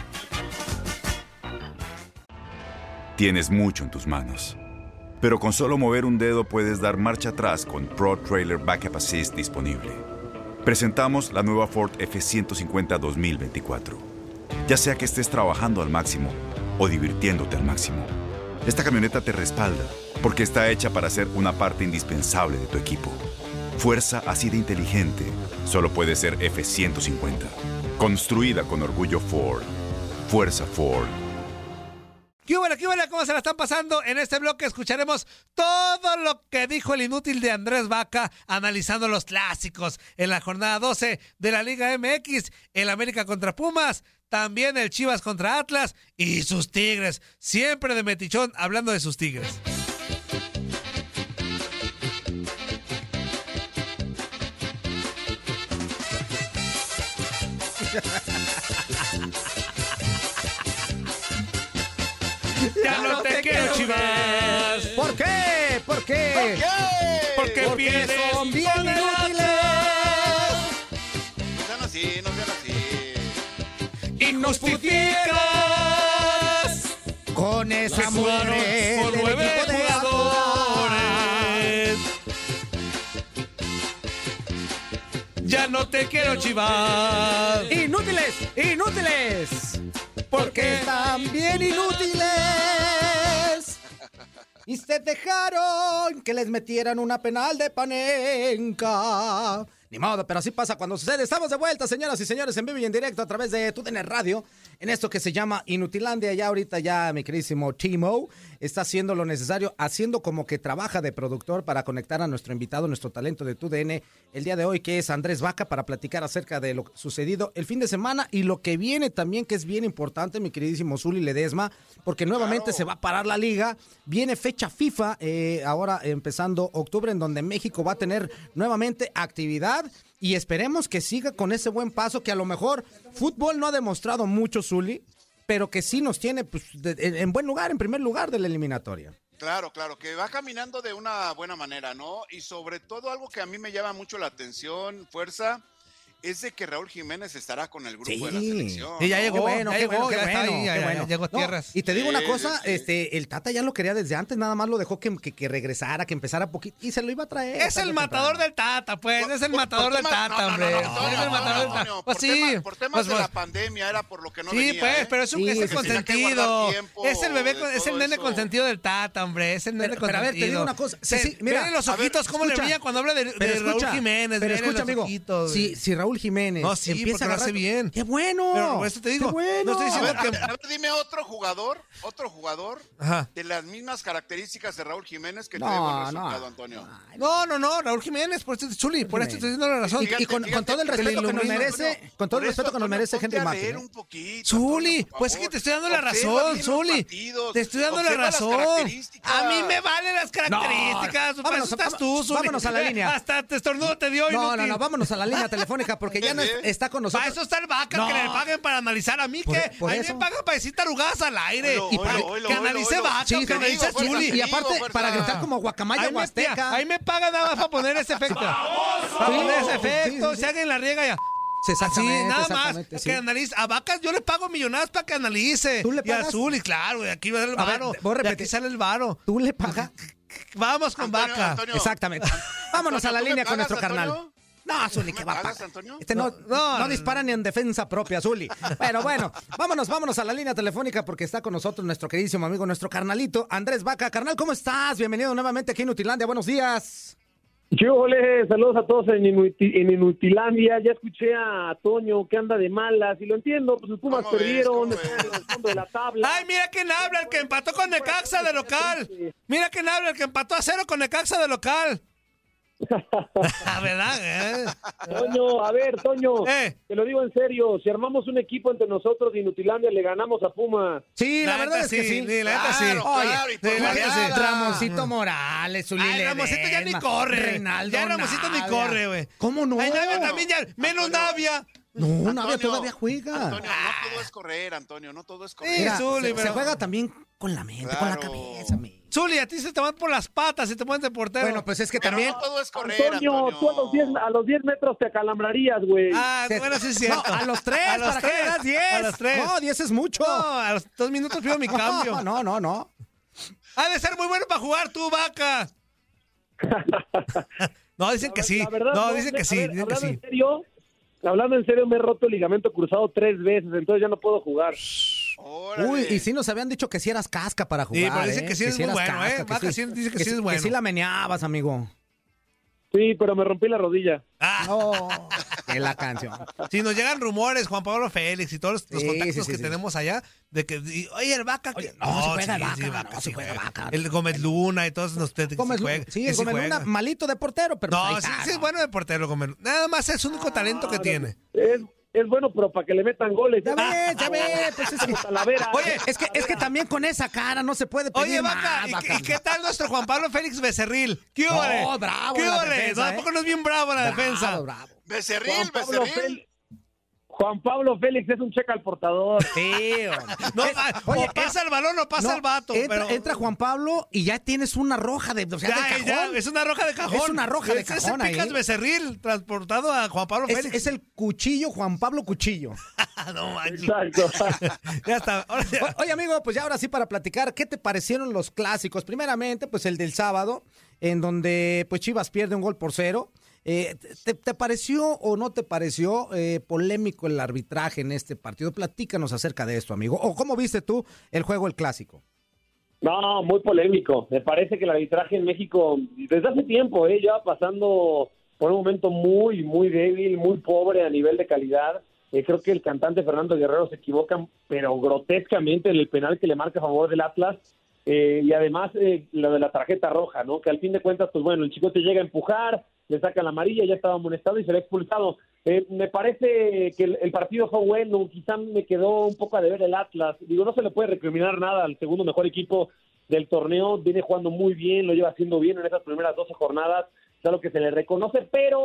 Tienes mucho en tus manos. Pero con solo mover un dedo puedes dar marcha atrás con Pro Trailer Backup Assist disponible. Presentamos la nueva Ford F ciento cincuenta dos mil veinticuatro. Ya sea que estés trabajando al máximo o divirtiéndote al máximo, esta camioneta te respalda porque está hecha para ser una parte indispensable de tu equipo. Fuerza así de inteligente solo puede ser F ciento cincuenta. Construida con orgullo Ford. Fuerza Ford. ¿Qué hubo, qué hubo, cómo se la están pasando? En este bloque escucharemos todo lo que dijo el inútil de Andrés Vaca analizando los clásicos en la jornada doce de la Liga M X, el América contra Pumas, también el Chivas contra Atlas y sus Tigres, siempre de metichón hablando de sus Tigres. Ya no te quiero, Chivas. ¿Por qué? ¿Por qué? Porque, Porque pierdes son bien con el inútiles No sean así, no sean así. y justificas con que esa jugaron mujer con del nueve equipo de jugadores. Ya no te quiero, Chivas. Atlas. Inútiles, inútiles. Porque están bien inútiles. Y se dejaron que les metieran una penal de Panenka. Ni modo, pero así pasa cuando sucede. Estamos de vuelta, señoras y señores, en vivo y en directo a través de TUDN Radio, en esto que se llama Inutilandia. Ya ahorita ya mi queridísimo Timo está haciendo lo necesario, haciendo como que trabaja de productor para conectar a nuestro invitado, nuestro talento de TUDN el día de hoy, que es Andrés Vaca, para platicar acerca de lo sucedido el fin de semana y lo que viene también, que es bien importante, mi queridísimo Zuli Ledesma, porque nuevamente Claro. se va a parar la liga. Viene fecha FIFA, eh, ahora empezando octubre, en donde México va a tener nuevamente actividad. y esperemos que siga con ese buen paso que a lo mejor fútbol no ha demostrado mucho, Zuli, pero que sí nos tiene pues, de, en buen lugar, en primer lugar de la eliminatoria. Claro, claro, que va caminando de una buena manera, ¿no? Y sobre todo algo que a mí me llama mucho la atención, Fuerza, es de que Raúl Jiménez estará con el grupo Sí. de la selección. Y ya ¿no? llegó, Qué bueno, ya qué llegó, bueno, qué ya está bueno, ahí, ya, qué ya, bueno. ya llegó a No, tierras. y te digo Sí, una cosa, sí, sí. este, el Tata ya lo quería desde antes, nada más lo dejó que, que, que regresara, que empezara poquito, y se lo iba a traer. Es el matador del Tata, pues, es el Por- matador por del temas- Tata, no, no, hombre. no, Es Antonio, el matador del Tata. Antonio, Pues por sí. tema- por temas Pues, de pues, la pandemia era por lo que no sí, venía, pues, ¿eh? pero es, un, Sí, es el sí, sí. Tenía que consentido. guardar tiempo Es el bebé, de con- es el todo nene eso. consentido del Tata, hombre. Es el nene Pero, consentido. pero a ver, te digo una cosa. Sí, Se- sí, mira, vele los a ver, ojitos, cómo le escucha. brilla cuando habla de, de Pero Raúl escucha, Jiménez. pero vele escucha, los amigo, ojitos, si, güey. si Raúl Jiménez No, sí, empieza porque a lo agarrar... hace bien. ¡Qué bueno! Pero por eso te digo, ¡Qué bueno! no estoy A diciendo ver, que- a ver, dime otro jugador, otro jugador Ajá. de las mismas características de Raúl Jiménez que No, te dé buen no. resultado, Antonio. No, no, no, Raúl Jiménez, por eso, Chuli, por eso te estoy diciendo la razón. Y, y con, Fíjate, con todo el fíjate, respeto que que nos ilumina, merece, Antonio. con todo el Por respeto eso, que nos Antonio, merece ponte Henry a Martin. leer ¿eh? un poquito, Zuli, Antonio, por pues es que favor. te estoy dando la Observa razón, bien los Zuli. partidos, Te estoy dando la observa las razón. características. A mí me valen las características. No, para vámonos, eso estás va- tú, Zuli. vámonos a la línea. Hasta te estornudo te dio. No, no, inútil. no, vámonos a la línea telefónica porque ya no es- está con nosotros. Para eso está el vaca, No. que le paguen para analizar. A mí Por- que por a mí eso. me pagan para decir tarugadas al aire. Oilo, y para oilo, oilo, que oilo, analice oilo. vaca, Sí, que te analice digo, fuerza, Zuli. Y aparte, fuerza. para gritar como guacamaya Ahí me, huasteca. ahí me pagan nada más para poner ese efecto. Para Sí, poner ese sí, efecto. sí, sí. Si alguien la riega ya. Sí, Así, exactamente, nada más. exactamente, sí. Que analice. A vacas yo le pago millonadas para que analice. ¿Tú le Y a pagas? Zuli, claro, y aquí va el A ver, varo. voy a Y aquí repetir. sale el varo. ¿Tú le pagas? Vamos con Antonio, vaca. Antonio. Exactamente. Vámonos a la ¿tú me línea con pagas, nuestro carnal. Antonio? No, Zuli, ¿Tú que me va a pagas, pagar. Antonio? Este no, No, no, no, dispara ni en defensa propia, Zuli. Bueno, bueno, vámonos, vámonos a la línea telefónica porque está con nosotros nuestro queridísimo amigo, nuestro carnalito, Andrés Vaca. Carnal, ¿cómo estás? Bienvenido nuevamente aquí en Utilandia. Buenos días. Chújole, saludos a todos en, Inuti- en Inutilandia. Ya escuché a Toño que anda de malas y lo entiendo, pues los Pumas ¿Cómo ves? perdieron, ¿Cómo están en ves? el fondo de la tabla. Ay, mira quién habla, el que empató con Necaxa de local. Mira quién habla, el que empató a cero con Necaxa de local. La verdad, ¿eh? Toño, a ver, Toño, Eh. te lo digo en serio, si armamos un equipo entre nosotros de Inutilandia, le ganamos a Pumas. Sí, la, La verdad neta es que sí. sí, la neta sí. Claro, Oye, claro, y por de la goleada. neta sí. Ramoncito Morales, Zuli Ay, Ramosito ya ni Ledesma, corre. Reinaldo Ya Ramosito ni Navia. corre, güey. ¿Cómo no? Ay, Navia también ya, menos Antonio. Navia. No, Navia Antonio, todavía juega. Antonio, no todo es correr, Antonio, no todo es correr. Sí, Mira, Zuli, se, pero- se juega también con la mente, con la Claro. cabeza, amigo. Zuli, a ti se te van por las patas y te pones de portero. Bueno, pues es que Pero también... no todo es correr, Antonio, Antonio. tú a los diez, a los diez metros te acalambrarías, güey. Ah, Se- bueno, sí es cierto. No, a los tres, A los ¿para qué tres. le das diez? A los tres. No, diez es mucho. No, a los dos minutos pido mi cambio. No, no, no, no. Ha de ser muy bueno para jugar tú, vaca. No, dicen que sí. La verdad, No, dicen que a sí, ver, dicen que hablando sí. en serio, hablando en serio, me he roto el ligamento cruzado tres veces, entonces ya no puedo jugar. Órale. Uy, y sí nos habían dicho que sí eras casca para jugar. Sí, pero dicen ¿eh? que sí eres muy eras bueno, ¿eh? Vaca sí dice que sí es bueno. Que sí la meneabas, amigo. Sí, pero me rompí la rodilla. Ah, No, es la canción. si nos llegan rumores, Juan Pablo Félix y todos los Sí, contactos sí, sí, que sí. tenemos allá, de que, y, oye, el vaca. que- Oye, no, sí juega el Vaca, no, sí juega Vaca. El Gómez Luna y todos los que sí Gómez Luna, juega, sí, que el sí Gómez Luna, juega. malito de portero, pero No, ahí sí, está, sí es ¿no? bueno de portero, Gómez Luna. Nada más es el único talento que tiene. Es, es bueno, pero para que le metan goles. Ya ves, ya ves, pues es que... Talavera. Oye, es que, es que también con esa cara no se puede pedir Oye, Vaca, más, ¿y, Vaca. ¿y qué tal nuestro Juan Pablo Félix Becerril? ¿Qué ole? No, bravo ¿Qué en la ole? defensa, ¿No, ¿A ¿eh? poco no es bien bravo en la Bravo, defensa? bravo. Becerril, Juan Pablo, Becerril. Fel- Juan Pablo Félix es un cheque al portador. Sí, No, Es- ah, oye, o pasa el balón o pasa no, el vato. entra, pero... entra Juan Pablo y ya tienes una roja de, o sea, Ya, de cajón. ya, es una roja de cajón. Es una roja de Ese cajón Es el Picas ahí. Becerril transportado a Juan Pablo Es, Félix. es el cuchillo Juan Pablo Cuchillo. no manches. Exacto. Ya está. Ahora ya. O- Oye, amigo, pues ya ahora sí para platicar, ¿qué te parecieron los clásicos? Primeramente, pues el del sábado, en donde pues Chivas pierde un gol por cero. Eh, ¿te, te pareció o no te pareció eh, polémico el arbitraje en este partido? Platícanos acerca de esto, amigo. ¿O cómo viste tú el juego, el clásico? No, muy polémico. Me parece que el arbitraje en México, desde hace tiempo, eh, ya pasando por un momento muy, muy débil, muy pobre a nivel de calidad. Eh, creo que el cantante Fernando Guerrero se equivoca, pero grotescamente en el penal que le marca a favor del Atlas. Eh, y además eh, lo de la tarjeta roja, ¿no? Que al fin de cuentas, pues bueno, el Chicote llega a empujar, le saca la amarilla, ya estaba amonestado y se le ha expulsado. Eh, me parece que el, el partido fue bueno, quizá me quedó un poco a deber el Atlas. Digo, no se le puede recriminar nada al segundo mejor equipo del torneo, viene jugando muy bien, lo lleva haciendo bien en esas primeras doce jornadas, es algo que se le reconoce, pero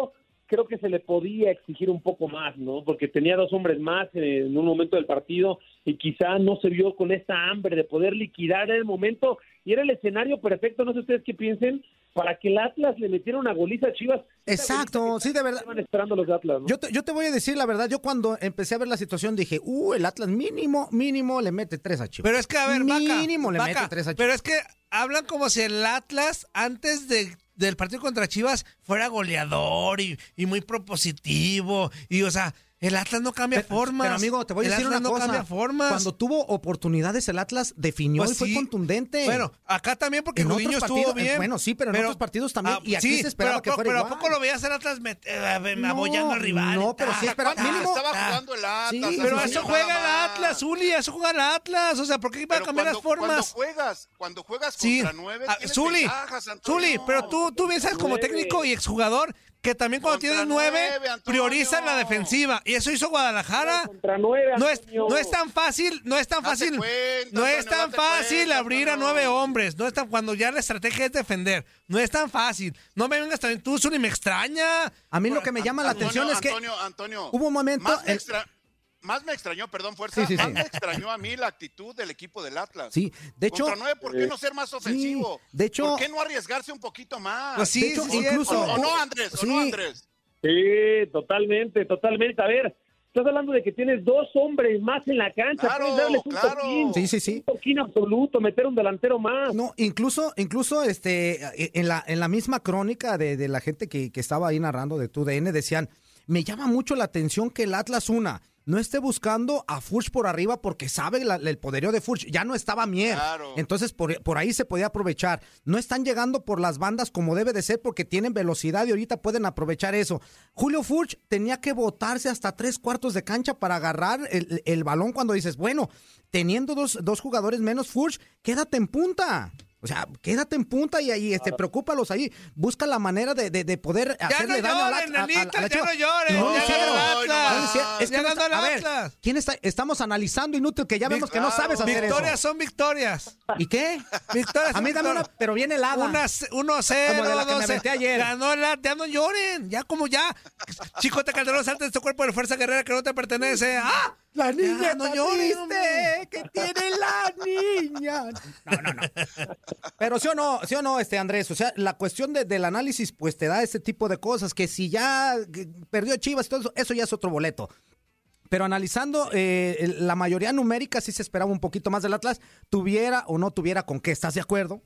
creo que se le podía exigir un poco más, ¿no? Porque tenía dos hombres más en un momento del partido y quizá no se vio con esta hambre de poder liquidar en el momento, y era el escenario perfecto, no sé ustedes qué piensen, para que el Atlas le metiera una goliza a Chivas. Exacto, sí, de verdad. Estaban esperando los de Atlas, ¿no? Yo te, yo te voy a decir la verdad, yo cuando empecé a ver la situación dije, uh, el Atlas mínimo, mínimo le mete tres a Chivas. Pero es que, a ver, Vaca, mínimo le Vaca, mete tres a Chivas. pero es que hablan como si el Atlas, antes de, del partido contra Chivas, fuera goleador y, y muy propositivo, y o sea... El Atlas no cambia pero, formas. Pero amigo, te voy a el decir Atlas una no cosa. Cambia formas. Cuando tuvo oportunidades el Atlas definió Pues y fue sí. contundente. Bueno, acá también porque en Gudiño otros estuvo partidos, bien. Bueno, sí, pero en pero, otros partidos también. Ah, y aquí sí, se esperaba pero, que fuera pero igual. ¿a poco lo veías el Atlas met, eh, No, abollando al rival? no, pero sí espera- ¿Cuándo mínimo- estaba Ah, jugando el Atlas? sí, hace Pero un eso año juega nada el más? Atlas, Uli, eso juega el Atlas. O sea, ¿por qué iba a Pero cambiar cuando, las formas? Cuando juegas, cuando juegas Sí. contra nueve, Ah, tienes Zuli, ventajas, Antonio. Zuli, pero tú, tú bien sabes como Nueve. técnico y exjugador que también cuando Contra tienes nueve, nueve, Antonio. priorizan la defensiva. Y eso hizo Guadalajara. Contra nueve, No es, Antonio. no es tan fácil, no es tan Date fácil, cuenta, no es Antonio, tan date fácil cuenta, abrir a Antonio. nueve hombres, no es tan, cuando ya la estrategia es defender, no es tan fácil. No me vengas también tú, Zuli, me extraña. A mí lo que me llama la Antonio, atención es que Antonio, Antonio, hubo un momento... Más me, el- extra- más me extrañó, perdón, Fuerza, Sí, sí, más sí. me extrañó a mí la actitud del equipo del Atlas. Sí, de hecho... Contra nueve, ¿por qué no ser más ofensivo? de hecho- ¿Por qué no arriesgarse un poquito más? Pues sí, de hecho, sí, incluso... ¿O, o no, Andrés? ¿O Sí. no, Andrés? Sí, totalmente, totalmente. A ver, estás hablando de que tienes dos hombres más en la cancha. Claro, Puedes darles un claro. toquín, Sí, sí, sí. un toquín absoluto, meter un delantero más. No, incluso, incluso este, en la, en la misma crónica de, de la gente que, que estaba ahí narrando de tu D N, decían, me llama mucho la atención que el Atlas una no esté buscando a Furch por arriba porque sabe la- el poderío de Furch. Ya no estaba Mier. Claro. Entonces, por, por ahí se podía aprovechar. No están llegando por las bandas como debe de ser porque tienen velocidad y ahorita pueden aprovechar eso. Julio Furch tenía que botarse hasta tres cuartos de cancha para agarrar el, el balón cuando dices, bueno, teniendo dos, dos jugadores menos Furch, quédate en punta. O sea, quédate en punta y ahí, este, preocúpalos ahí. Busca la manera de, de, de poder hacerle no daño a la, lloren, a- a- a la nenitas, ya Chivas. no lloren, Y no lo ya hicieron. ganó el Ay, Atlas. no No lo hicieron. Es que Ya no ganó está- el a ver, Atlas. ¿quién está? Estamos analizando, inútil, que ya vemos que no Claro. sabes hacer Victorias eso. son victorias. ¿Y qué? Victorias A mí son dame una, victorias. pero viene helada. Una, uno cero, Como de la que me doce. aventé ayer. Ganó el Atlas, ya no lloren, ya como ya. Chicote Calderón, salte de este cuerpo de fuerza guerrera que no te pertenece. ¡Ah! La niña Ya, no no llores, hombre. que tiene la niña. No, no, no. Pero sí o no, sí o no, este Andrés, o sea, la cuestión de- del análisis, pues te da este tipo de cosas, que si ya que perdió Chivas y todo eso, eso ya es otro boleto. Pero analizando eh, el- la mayoría numérica, sí se esperaba un poquito más del Atlas, tuviera o no tuviera con qué, ¿estás de acuerdo?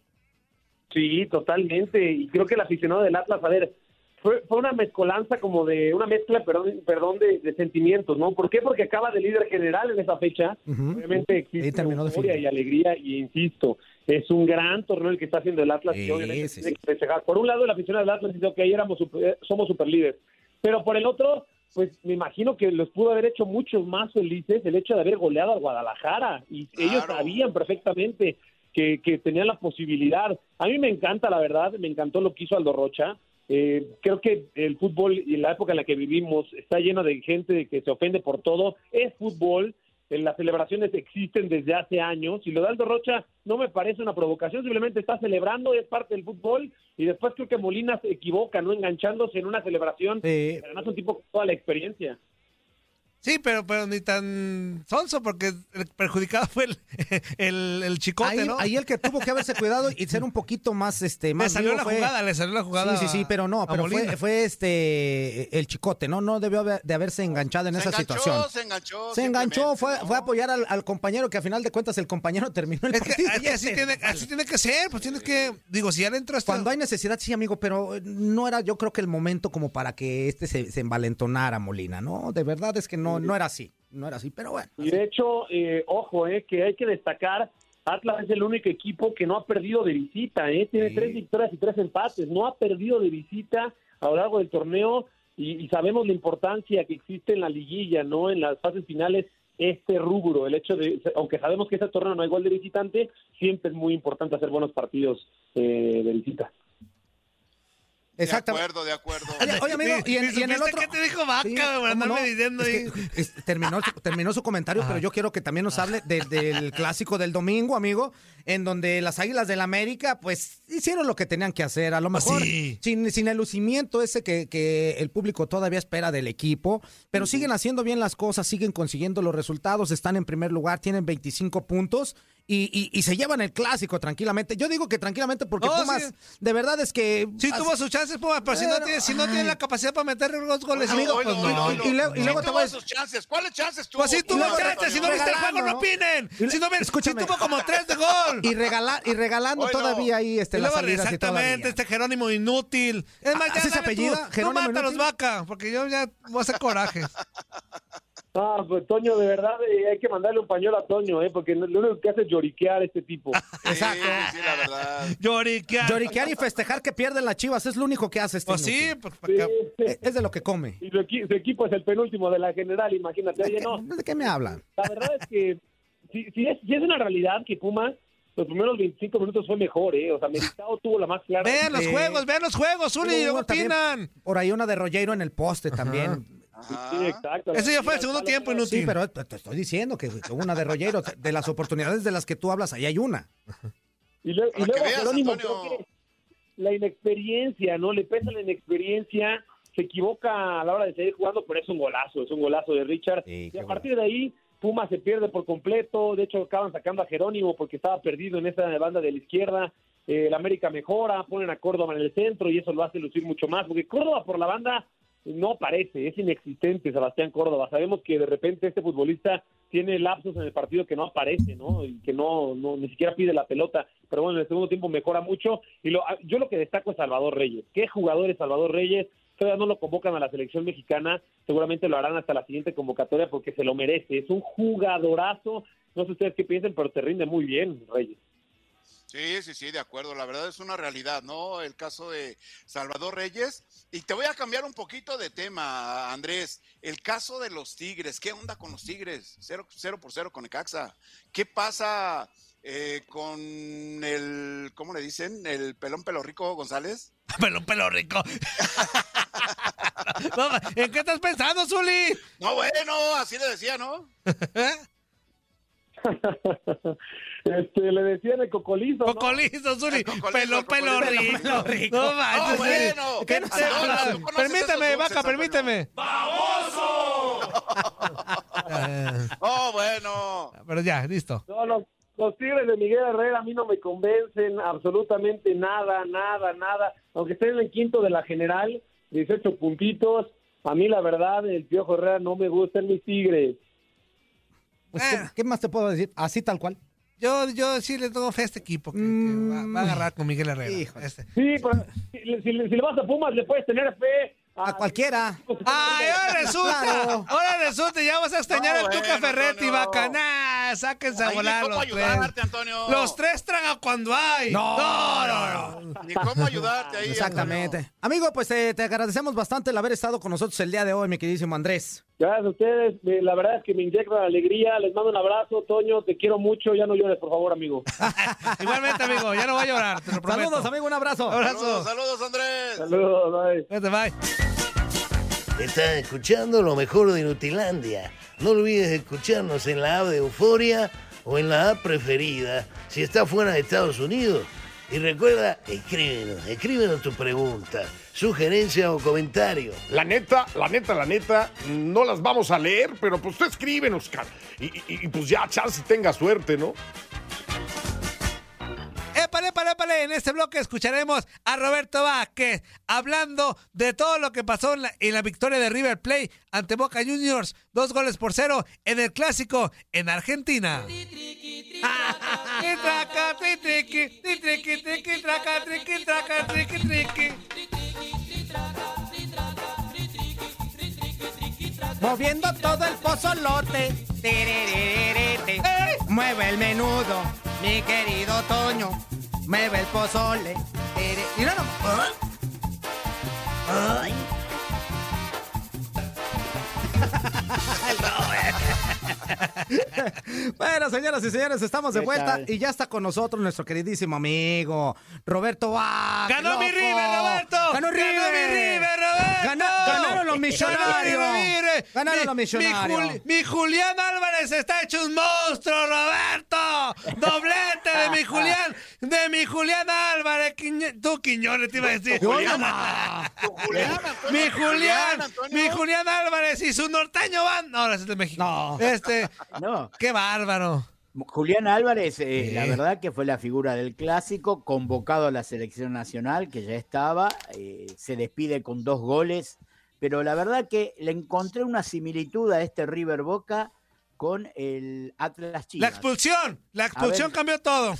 Sí, totalmente. Y creo que el aficionado del Atlas, a ver, fue, fue una mezcolanza como de, una mezcla, perdón, perdón de, de sentimientos, ¿no? ¿Por qué? Porque acaba de líder general en esa fecha. Ujú. Obviamente Ahí existe terminó de euforia fin. y alegría, y insisto, es un gran torneo el que está haciendo el Atlas. Sí, y obviamente sí, tiene sí. que festejar. Por un lado, el aficionado del Atlas dice que ayer éramos super- somos super líderes. Pero por el otro, pues me imagino que los pudo haber hecho muchos más felices el hecho de haber goleado a Guadalajara. Y Claro. ellos sabían perfectamente que, que tenían la posibilidad. A mí me encanta, la verdad, me encantó lo que hizo Aldo Rocha. Eh, creo que el fútbol y la época en la que vivimos está lleno de gente que se ofende por todo. Es fútbol, eh, las celebraciones existen desde hace años y lo de Aldo Rocha no me parece una provocación, simplemente está celebrando, es parte del fútbol, y después creo que Molina se equivoca, ¿no? Enganchándose en una celebración, Sí. además es un tipo con toda la experiencia. Sí, pero, pero ni tan sonso, porque el perjudicado fue el, el, el chicote, Ahí, ¿no? ahí el que tuvo que haberse cuidado y ser un poquito más, este, le más salió vivo la fue- jugada, le salió la jugada. Sí, sí, sí, pero no, a pero fue, Molina. fue este el chicote, ¿no? No debió haber- de haberse enganchado en Se esa enganchó, situación. se enganchó. Se enganchó, simplemente, fue, ¿no? fue a apoyar al, al compañero, que a final de cuentas el compañero terminó el Es que, partido. es que y así, este- tiene, así tiene que ser, pues tienes que, digo, si ya le entras... Cuando hay necesidad, sí, amigo, pero no era yo creo que el momento como para que este se, se envalentonara, Molina, ¿no? De verdad es que no, no era así, no era así, pero bueno. Y de hecho, eh, ojo, eh, que hay que destacar, Atlas es el único equipo que no ha perdido de visita, eh, tiene Sí. tres victorias y tres empates, no ha perdido de visita a lo largo del torneo, y, y sabemos la importancia que existe en la liguilla, ¿no? En las fases finales, este rubro, el hecho de, aunque sabemos que este torneo no hay gol de visitante, siempre es muy importante hacer buenos partidos eh, de visita. Exactamente. De acuerdo, de acuerdo. Oye, oye, amigo, y en, y en el otro... ¿Qué te dijo Vaca, Sí, güey, por ¿cómo andarme no? diciendo Es ahí? que, es- terminó, su- terminó su comentario, Ajá. pero yo quiero que también nos hable de- del clásico del domingo, amigo, en donde las Águilas del América, pues, hicieron lo que tenían que hacer. A lo mejor, sí. sin, sin el lucimiento ese que, que el público todavía espera del equipo, pero siguen haciendo bien las cosas, siguen consiguiendo los resultados, están en primer lugar, tienen veinticinco puntos y, y- y se llevan el clásico tranquilamente. Yo digo que tranquilamente porque No, Pumas, sí. de verdad es que... Sí tuvo sus chances, Pumas, pero si no Pero, tiene, si no tiene ay. la capacidad para meter dos goles, Amigo, pues Oilo, no. oilo, oilo. y luego- y Sí luego te tuvo voy a- sus chances. ¿Cuáles chances tuvo? Pues sí tuvo Pumas, chances, si no Antonio? viste el juego, no Regalando, opinen. ¿no? Si no ven, sí Escúchame. tuvo como tres de gol. Y, regala- y regalando Oilo. todavía ahí este, Y las luego, salidas y exactamente, todavía. este Jerónimo inútil. Es más, Ah, ya ¿así se dale apellida? tú, tú ¿Jerónimo mátalos, inútil? Vaca, porque yo ya voy a hacer coraje. Ah, pues Toño, de verdad eh, hay que mandarle un pañuelo a Toño, ¿eh? Porque lo único que hace es lloriquear a este tipo. Exacto. Sí, la verdad. Lloriquear. Lloriquear y festejar que pierden las Chivas es lo único que hace este Pues sí, inútil. pues, Sí. Eh, Es de lo que come. Y su, equi- su equipo es el penúltimo de la general, imagínate. Oye, no, ¿De qué me hablan? la verdad es que si, si, es, si es una realidad que Pumas los primeros veinticinco minutos fue mejor, ¿eh? O sea, Militao tuvo la más clara. vean los Eh, juegos, vean los juegos, Zuli, Hubo luego uno también opinan. Por ahí una de Rollero en el poste también. Ajá. Sí, exacto. Ese ya fue el segundo tiempo, inútil. Sí, pero te te estoy diciendo que que hubo una de Rollero. De las oportunidades de las que tú hablas, ahí hay una. Y, luego- y Para que luego veas, Jerónimo, Antonio. creo que la inexperiencia, ¿no? Le pesa la inexperiencia, se equivoca a la hora de seguir jugando, pero es un golazo, es un golazo de Richard. Sí, y qué a partir de ahí, Puma se pierde por completo. De hecho, acaban sacando a Jerónimo porque estaba perdido en esa banda de la izquierda. Eh, el América mejora, ponen a Córdoba en el centro y eso lo hace lucir mucho más, porque Córdoba por la banda no aparece, es inexistente Sebastián Córdoba. Sabemos que de repente este futbolista tiene lapsos en el partido que no aparece, ¿no? Y que no, no ni siquiera pide la pelota, pero bueno, en el segundo tiempo mejora mucho. Y lo, yo lo que destaco es Salvador Reyes. ¿Qué jugador es Salvador Reyes? Todavía no lo convocan a la selección mexicana, seguramente lo harán hasta la siguiente convocatoria porque se lo merece. Es un jugadorazo, no sé ustedes qué piensan, pero te rinde muy bien, Reyes. Sí, sí, sí, de acuerdo. La verdad es una realidad, ¿no? El caso de Salvador Reyes. Y te voy a cambiar un poquito de tema, Andrés. El caso de los Tigres. ¿Qué onda con los Tigres? Cero, cero por cero con Necaxa. ¿Qué pasa eh, con el, ¿cómo le dicen? El pelón pelo rico González. Pelón, pelo rico. No, ¿en qué estás pensando, Zuli? No, bueno, así le decía, ¿no? Este, le decían el cocolizo, ¿no? Cocolizo, Zuli. El cocolizo, Pelón, pelo cocolizo. rico. Pelo rico. No manches. Ah, bueno. ¿Qué No, te no, pasa? tú conoces Permíteme, esos Vaca, dulces, permíteme. Oh, bueno. Pero ya, listo. No, los, los Tigres de Miguel Herrera a mí no me convencen absolutamente nada, nada, nada. Aunque estén en el quinto de la general, dieciocho puntitos. A mí, la verdad, el Piojo Herrera no me gustan mis Tigres. Pues, ¿qué, Eh. qué más te puedo decir? Así tal cual. Yo, yo sí le tengo fe a este equipo que, que va, va a agarrar con Miguel Herrera. Híjole. Este. Sí, pero si, si- si le vas a Pumas, le puedes tener fe. A cualquiera. ¡Ay, ahora resulta! Claro. Ahora resulta, ya vas a extrañar No, al Tuca bueno, Ferretti, Antonio. Vaca. Nah, sáquense a Ahí ni volar cómo los ayudarte, tres. Antonio. Los tres tragan cuando hay. No, no, no. no. Ni cómo ayudarte ahí. Exactamente. Antonio. Amigo, pues eh, te agradecemos bastante el haber estado con nosotros el día de hoy, mi queridísimo Andrés. Gracias a ustedes. Me- La verdad es que me inyecta la alegría. Les mando un abrazo, Toño. Te quiero mucho. Ya no llores, por favor, amigo. Igualmente, amigo, ya no voy a llorar, te lo prometo. Saludos, amigo, un abrazo. Abrazo. Saludos, saludos, Andrés. Saludos, bye. Vete, bye. Estás escuchando lo mejor de Inutilandia. No olvides escucharnos en la app de Euforia o en la app preferida si estás fuera de Estados Unidos. Y recuerda, escríbenos, escríbenos tu pregunta, sugerencia o comentario. La neta, la neta, la neta, no las vamos a leer, pero pues tú escríbenos, cara. Y, y- y pues ya, chance tenga suerte, ¿no? Épale, épale, épale. En este bloque escucharemos a Roberto Vázquez hablando de todo lo que pasó en la, en la victoria de River Plate ante Boca Juniors. Dos goles por cero en el clásico en Argentina. Tritraca, tritriqui, tritriqui, triqui, traca, triqui, traca, triqui, triqui. Moviendo todo el pozolote. Tererererete. Mueve el menudo, mi querido Toño. Mueve el pozole. Tere- Y no, no. Ay. El Robert. Bueno, señoras y señores, estamos de vuelta y ya está con nosotros nuestro queridísimo amigo Roberto Vázquez. ¡Ganó loco. mi River, Roberto! ¡Ganó River! ¡Ganó mi River, Roberto! Gana- ¡Ganaron los millonarios! ¡Ganó mi River! ¡Ganaron Mi- los millonarios! Mi, Juli- mi Julián Álvarez está hecho un monstruo, Roberto. Doblete de mi Julián, de mi Julián Álvarez. Quiño- tú, Quiñones, te iba a decir. Julián, Mi Julián, Antonio. mi Julián Álvarez y su norteño van. No, ese es de México. No. Este, No, qué bárbaro. Julián Álvarez, eh, Sí. la verdad que fue la figura del clásico, convocado a la selección nacional, que ya estaba, eh, se despide con dos goles, pero la verdad que le encontré una similitud a este River Boca con el Atlas La Chivas. expulsión, la expulsión ver. cambió todo.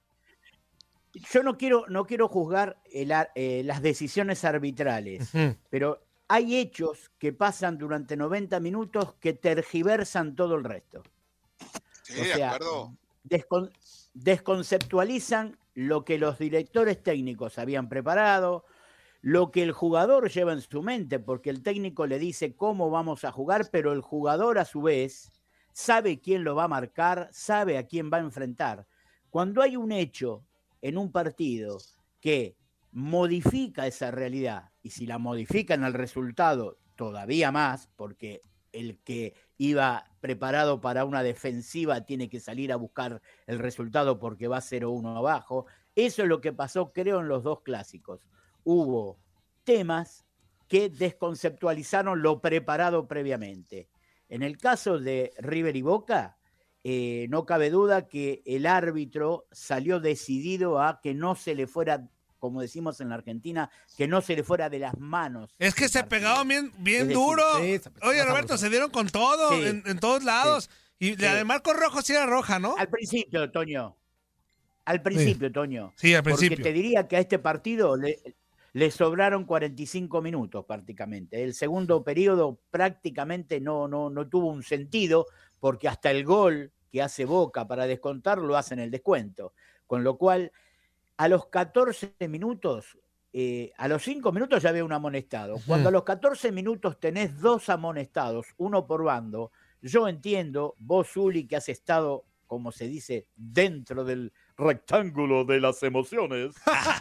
Yo no quiero, no quiero juzgar el ar- eh, las decisiones arbitrales, Ujú. pero hay hechos que pasan durante noventa minutos que tergiversan todo el resto. Sí, O de sea, acuerdo. descon- desconceptualizan lo que los directores técnicos habían preparado, lo que el jugador lleva en su mente, porque el técnico le dice cómo vamos a jugar, pero el jugador a su vez sabe quién lo va a marcar, sabe a quién va a enfrentar. Cuando hay un hecho en un partido que modifica esa realidad, y si la modifica en el resultado todavía más, porque el que iba preparado para una defensiva tiene que salir a buscar el resultado porque va cero uno abajo. Eso es lo que pasó, creo, en los dos clásicos. Hubo temas que desconceptualizaron lo preparado previamente. En el caso de River y Boca, eh, no cabe duda que el árbitro salió decidido a que no se le fuera, como decimos en la Argentina, que no se le fuera de las manos. Es que el se partido. pegaban bien, bien Es decir, duro. sí, se- Oye, más Roberto, sabroso. se dieron con todo, Sí. en, en todos lados. Y la Sí. de Marco Rojo sí era roja, ¿no? Al principio, Toño. Al principio, Toño. Sí, al Porque principio. te diría que a este partido le, le sobraron cuarenta y cinco minutos prácticamente. El segundo periodo prácticamente no, no, no tuvo un sentido porque hasta el gol que hace Boca para descontar lo hacen el descuento. Con lo cual, a los catorce minutos, eh, a los cinco minutos ya había un amonestado. Cuando a los catorce minutos tenés dos amonestados, uno por bando, yo entiendo, vos, Zuli, que has estado, como se dice, dentro del rectángulo de las emociones.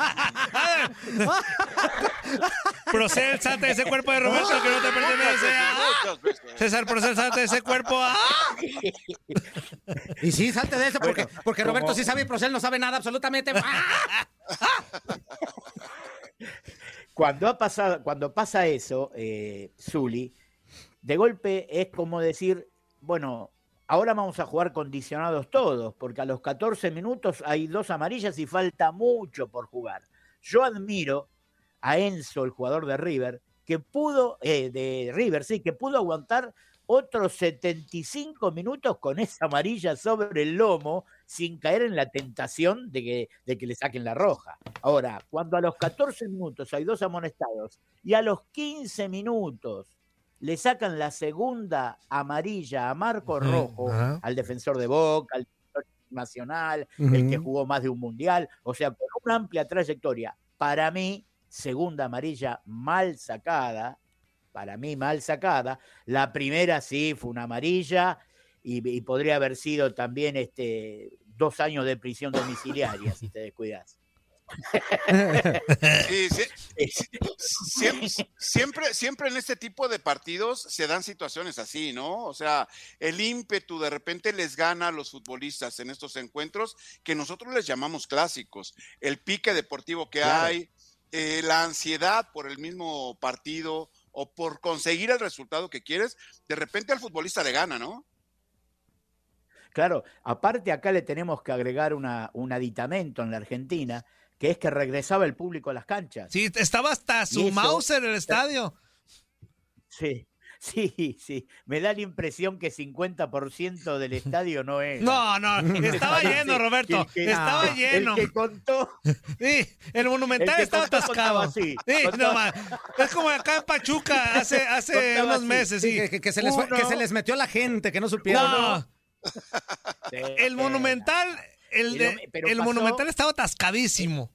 Procel, salte de ese cuerpo de Roberto que no te pertenece. ¡Ah! Muchas veces. César Procel, salte de ese cuerpo. ¡Ah! Y sí, salte de eso, porque, Bueno, porque Roberto como- sí sabe y Procel no sabe nada absolutamente. ¡Ah! Cuando, ha pasado, cuando pasa eso, eh, Zuli, de golpe es como decir, bueno, ahora vamos a jugar condicionados todos, porque a los catorce minutos hay dos amarillas y falta mucho por jugar. Yo admiro a Enzo, el jugador de River, que pudo, eh, de River, sí, que pudo aguantar otros setenta y cinco minutos con esa amarilla sobre el lomo sin caer en la tentación de que, de que le saquen la roja. Ahora, cuando a los catorce minutos hay dos amonestados y a los quince minutos le sacan la segunda amarilla a Marco Ujú, Rojo, ajá. al defensor de Boca, al defensor nacional, el que Ujú. jugó más de un mundial, o sea, con una amplia trayectoria. Para mí, segunda amarilla mal sacada, para mí mal sacada. La primera sí fue una amarilla y, y podría haber sido también este, dos años de prisión domiciliaria si te descuidas. Sí, sí, siempre, siempre, siempre en este tipo de partidos se dan situaciones así, ¿no? O sea, el ímpetu de repente les gana a los futbolistas en estos encuentros que nosotros les llamamos clásicos. El pique deportivo que Claro. hay, eh, la ansiedad por el mismo partido o por conseguir el resultado que quieres, de repente al futbolista le gana, ¿no? Claro, aparte acá le tenemos que agregar una, un aditamento en la Argentina, que es que regresaba el público a las canchas. Sí, estaba hasta Y su eso- Mauser en el estadio. Sí, sí, sí. Me da la impresión que cincuenta por ciento del estadio no es. No, no, estaba lleno, Roberto. Estaba El lleno. que contó, Sí, el Monumental el que estaba contó atascado. contaba así. Sí, Contaba- no, man. Es como acá en Pachuca hace, hace Contaba unos así. meses. Sí, Sí. que, que- que se les fue- Uno- que se les metió la gente, que no supieron. No, Sí, el Monumental, el, Y de, lo- pero el pasó- Monumental estaba atascadísimo.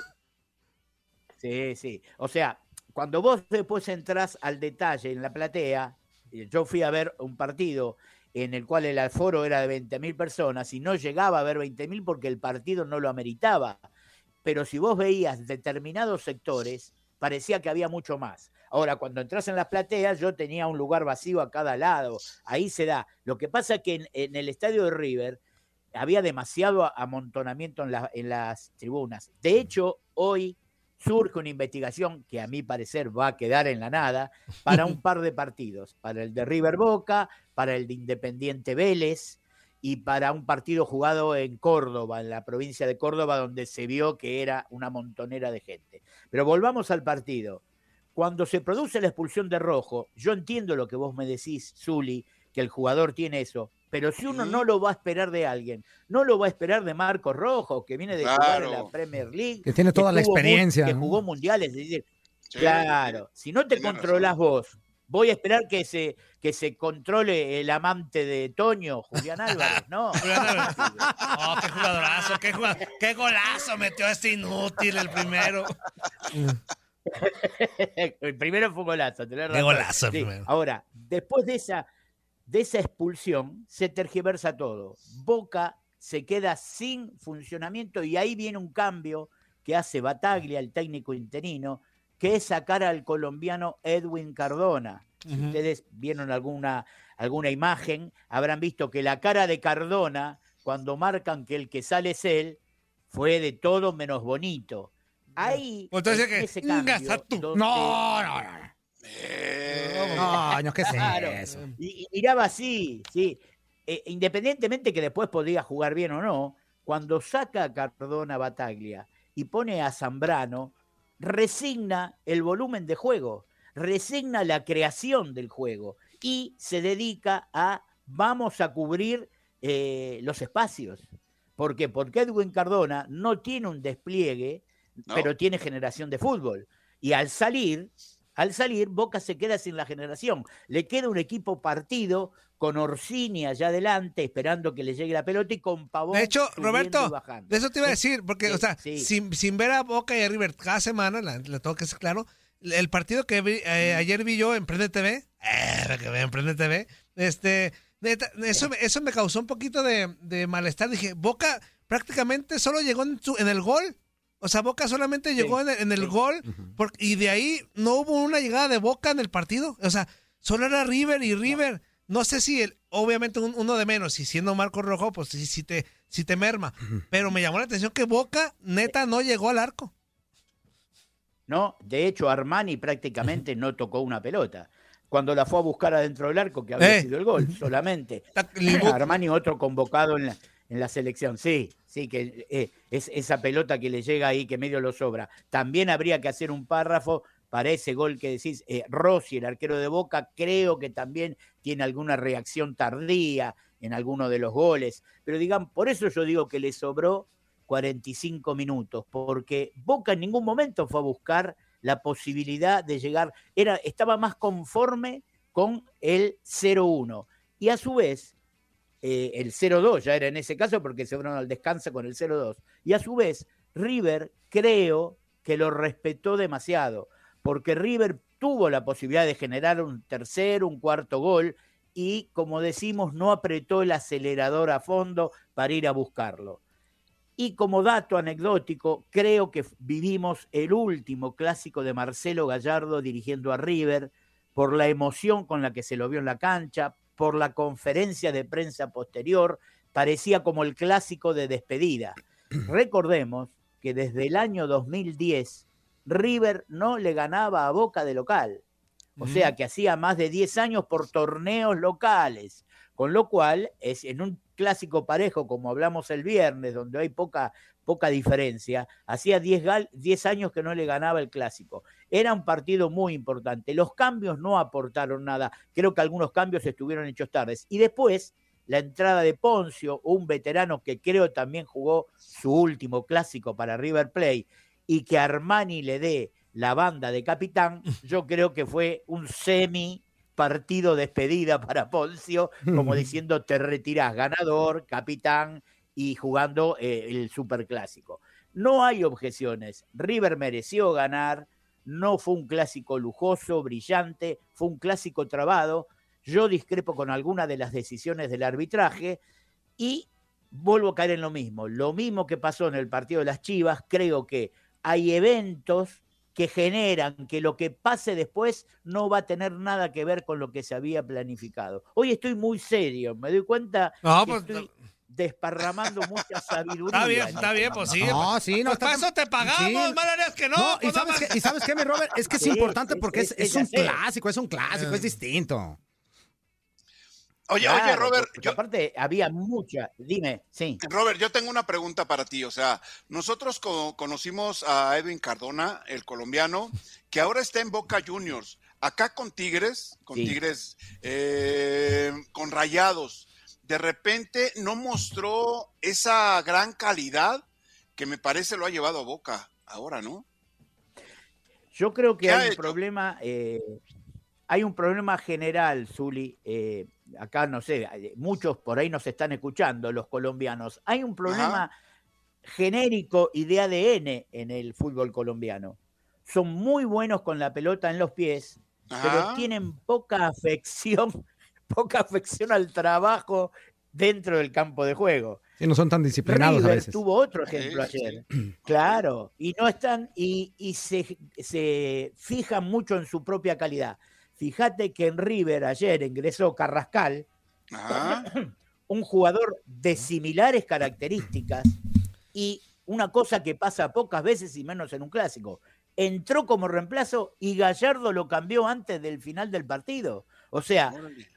Sí, sí. O sea, cuando vos después entrás al detalle en la platea, eh, yo fui a ver un partido en el cual el aforo era de veinte mil personas y no llegaba a haber veinte mil porque el partido no lo ameritaba. Pero si vos veías determinados sectores, parecía que había mucho más. Ahora, cuando entras en las plateas, yo tenía un lugar vacío a cada lado. Ahí se da. Lo que pasa es que en, en el estadio de River había demasiado amontonamiento en, la, en las tribunas. De hecho, hoy surge una investigación que a mi parecer va a quedar en la nada para un par de partidos, para el de River Boca, para el de Independiente Vélez y para un partido jugado en Córdoba, en la provincia de Córdoba, donde se vio que era una montonera de gente. Pero volvamos al partido. Cuando se produce la expulsión de Rojo, yo entiendo lo que vos me decís, Zuli, que el jugador tiene eso, pero si uno no lo va a esperar de alguien, no lo va a esperar de Marcos Rojo, que viene de Claro. jugar en la Premier League. Que tiene toda la tuvo mu- experiencia, Que ¿no? jugó mundiales. Es decir, Sí, claro, si no te tiene controlás vos, voy a esperar que se, que se controle el amante de Toño, Julián Álvarez, ¿no? Oh, qué jugadorazo, qué, jugad- qué golazo metió este inútil el primero. El primero fue un golazo, tenés Qué razón. golazo el Sí, primero. Ahora, después de esa, de esa expulsión, se tergiversa todo. Boca se queda sin funcionamiento y ahí viene un cambio que hace Bataglia, el técnico interino, que es sacar al colombiano Edwin Cardona. Si Ujú. ustedes vieron alguna, alguna imagen, habrán visto que la cara de Cardona, cuando marcan que el que sale es él, fue de todo menos bonito. Ahí, Pues entonces en que, ese "Unga, cambio, Satu". donde- No, no, no. Eh, No, no, ¿qué es Claro. eso? Y, y miraba así, sí. Eh, independientemente que después podía jugar bien o no, cuando saca a Cardona Bataglia y pone a Zambrano, resigna el volumen de juego, resigna la creación del juego y se dedica a vamos a cubrir eh, los espacios. ¿Por qué? Porque Edwin Cardona no tiene un despliegue, No. pero tiene generación de fútbol. Y al salir, al salir, Boca se queda sin la generación. Le queda un equipo partido con Orsini allá adelante, esperando que le llegue la pelota y con Pavón De hecho, subiendo y Roberto, bajando. de eso te iba a Sí, decir, porque, sí, o sea, sí. sin, sin ver a Boca y a River cada semana, la, la tengo que ser claro, el partido que vi, eh, ayer vi yo en Prende T V, eh, que ve en Prende T V, este, neta, eso, me- eso me causó un poquito de, de malestar. Dije, Boca prácticamente solo llegó en, su- en el gol. O sea, Boca solamente llegó en el, en el sí. gol por- y de ahí no hubo una llegada de Boca en el partido. O sea, solo era River y River. No sé si, el, obviamente, un- uno de menos, y siendo Marcos Rojo, pues sí, sí te, sí te merma. Pero me llamó la atención que Boca, neta, no llegó al arco. No, de hecho, Armani prácticamente no tocó una pelota. Cuando la fue a buscar adentro del arco, que había Eh. sido el gol, solamente. Ta- Libu- Armani, otro convocado en la, en la selección. Sí, sí, que eh, es esa pelota que le llega ahí, que medio lo sobra. También habría que hacer un párrafo para ese gol que decís. Eh, Rossi, el arquero de Boca, creo que también tiene alguna reacción tardía en alguno de los goles. Pero digan, por eso yo digo que le sobró cuarenta y cinco minutos, porque Boca en ningún momento fue a buscar la posibilidad de llegar, era, estaba más conforme con el cero uno. Y a su vez, eh, el cero dos ya era en ese caso porque se fueron al descanso con el cero dos. Y a su vez, River creo que lo respetó demasiado, porque River tuvo la posibilidad de generar un tercer, un cuarto gol, y como decimos, no apretó el acelerador a fondo para ir a buscarlo. Y como dato anecdótico, creo que vivimos el último clásico de Marcelo Gallardo dirigiendo a River, por la emoción con la que se lo vio en la cancha, por la conferencia de prensa posterior, parecía como el clásico de despedida. Recordemos que desde el año dos mil diez, River no le ganaba a Boca de local. O sea que hacía más de diez años por torneos locales, con lo cual es en un clásico parejo, como hablamos el viernes, donde hay poca, poca diferencia, hacía diez años que no le ganaba el clásico. Era un partido muy importante. Los cambios no aportaron nada. Creo que algunos cambios estuvieron hechos tardes. Y después, la entrada de Poncio, un veterano que creo también jugó su último clásico para River Plate, y que Armani le dé la banda de capitán, yo creo que fue un semi partido despedida para Poncio, como diciendo te retirás ganador, capitán y jugando eh, el superclásico. No hay objeciones. River mereció ganar, no fue un clásico lujoso, brillante, fue un clásico trabado. Yo discrepo con algunas de las decisiones del arbitraje y vuelvo a caer en lo mismo. Lo mismo que pasó en el partido de las Chivas, creo que hay eventos que generan que lo que pase después no va a tener nada que ver con lo que se había planificado. Hoy estoy muy serio, me doy cuenta no, que pues, estoy desparramando mucha sabiduría. Está bien, está bien, pues sí. No, sí, no. Pues para eso te pagamos, sí. mal harías que no. No, pues y sabes, nada qué, y sabes qué, mi Robert, es que es Sí, importante es- porque es, es- es es un hacer. clásico, es un clásico, es distinto. Oye, Claro, oye, Robert, porque yo, aparte había mucha, dime, sí. Robert, yo tengo una pregunta para ti. O sea, nosotros co- conocimos a Edwin Cardona, el colombiano, que ahora está en Boca Juniors. Acá con Tigres, con Sí. Tigres, eh, con Rayados, de repente no mostró esa gran calidad que me parece lo ha llevado a Boca ahora, ¿no? Yo creo que ¿Qué ha hay un hecho? problema, eh, hay un problema general, Zuli. eh, acá no sé, eh, muchos por ahí nos están escuchando, los colombianos. Hay un problema genérico y de A D N en el fútbol colombiano. Son muy buenos con la pelota en los pies, pero Ajá. tienen poca afección, poca afección al trabajo dentro del campo de juego. Sí, no son tan disciplinados a River veces. tuvo otro ejemplo Sí, sí, ayer. Claro, y no están, y, y se, se fijan mucho en su propia calidad. Fíjate que en River ayer ingresó Carrascal, Ajá. un jugador de similares características, y una cosa que pasa pocas veces y menos en un clásico. Entró como reemplazo y Gallardo lo cambió antes del final del partido. O sea, Órale.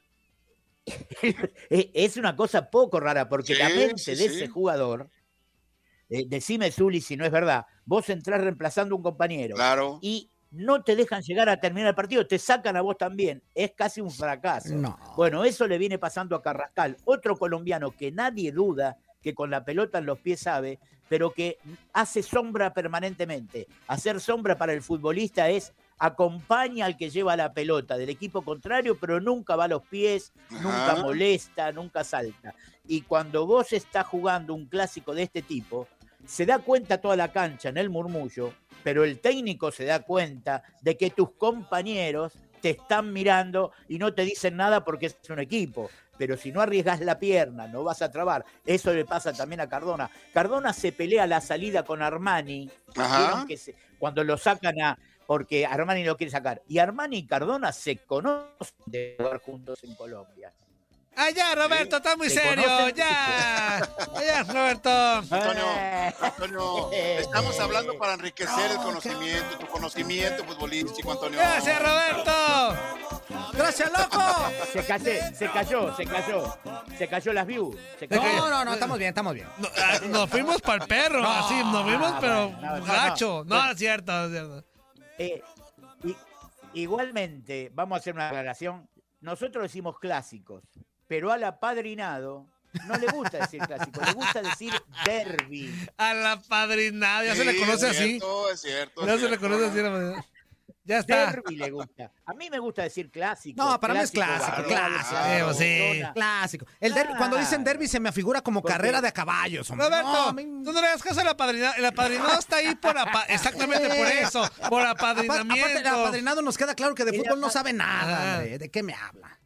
es una cosa poco rara, porque Sí, la mente sí, de sí. ese jugador, eh, decime, Zuli, si no es verdad, vos entrás reemplazando a un compañero Claro. y no te dejan llegar a terminar el partido, te sacan a vos también, es casi un fracaso. No. Bueno, eso le viene pasando a Carrascal, otro colombiano que nadie duda que con la pelota en los pies sabe, pero que hace sombra permanentemente. Hacer sombra para el futbolista es acompaña al que lleva la pelota del equipo contrario, pero nunca va a los pies, nunca Ajá. molesta, nunca salta. Y cuando vos estás jugando un clásico de este tipo, se da cuenta toda la cancha en el murmullo, pero el técnico se da cuenta de que tus compañeros te están mirando y no te dicen nada porque es un equipo. Pero si no arriesgas la pierna, no vas a trabar. Eso le pasa también a Cardona. Cardona se pelea a la salida con Armani. Ajá. Vieron que se- cuando lo sacan a... porque Armani lo quiere sacar. Y Armani y Cardona se conocen de jugar juntos en Colombia. Ah, ya, Roberto, está muy ¿Se serio, conocen? ya. Ya, Roberto. Antonio, Eh. Antonio, estamos hablando para enriquecer el conocimiento, tu conocimiento futbolístico, Antonio. Gracias, Roberto. ¡Gracias, loco! Se cayó, se cayó, se cayó. Se cayó las views. Se cayó. No, no, no, estamos bien, estamos bien. No, ah, nos fuimos para el perro, No. así, nos fuimos, Ah, pero bueno, no, no, gacho. no. No, es cierto, no es cierto. Eh, i- igualmente, vamos a hacer una aclaración. Nosotros decimos clásicos, pero al apadrinado no le gusta decir clásico, le gusta decir derbi. A la padrinada, ya se le Sí, conoce es así. cierto, es cierto, Ya es se le cierto. conoce así. la madre. Ya está. Derbi le gusta. A mí me gusta decir clásico. No, para mí es clásico, barrial, clásico. Sí, pues sí. Barcelona. Clásico. El derbi- cuando dicen derby se me afigura como Porque- carrera de a caballos, hombre. Roberto, No, me- tú no le das caso al apadrinado. El apadrinado está ahí por apa- exactamente por eso, por Apar- Aparte, el apadrinamiento. apadrinado nos queda claro que de El fútbol no apa- sabe nada, Ah. hombre. ¿De qué me habla?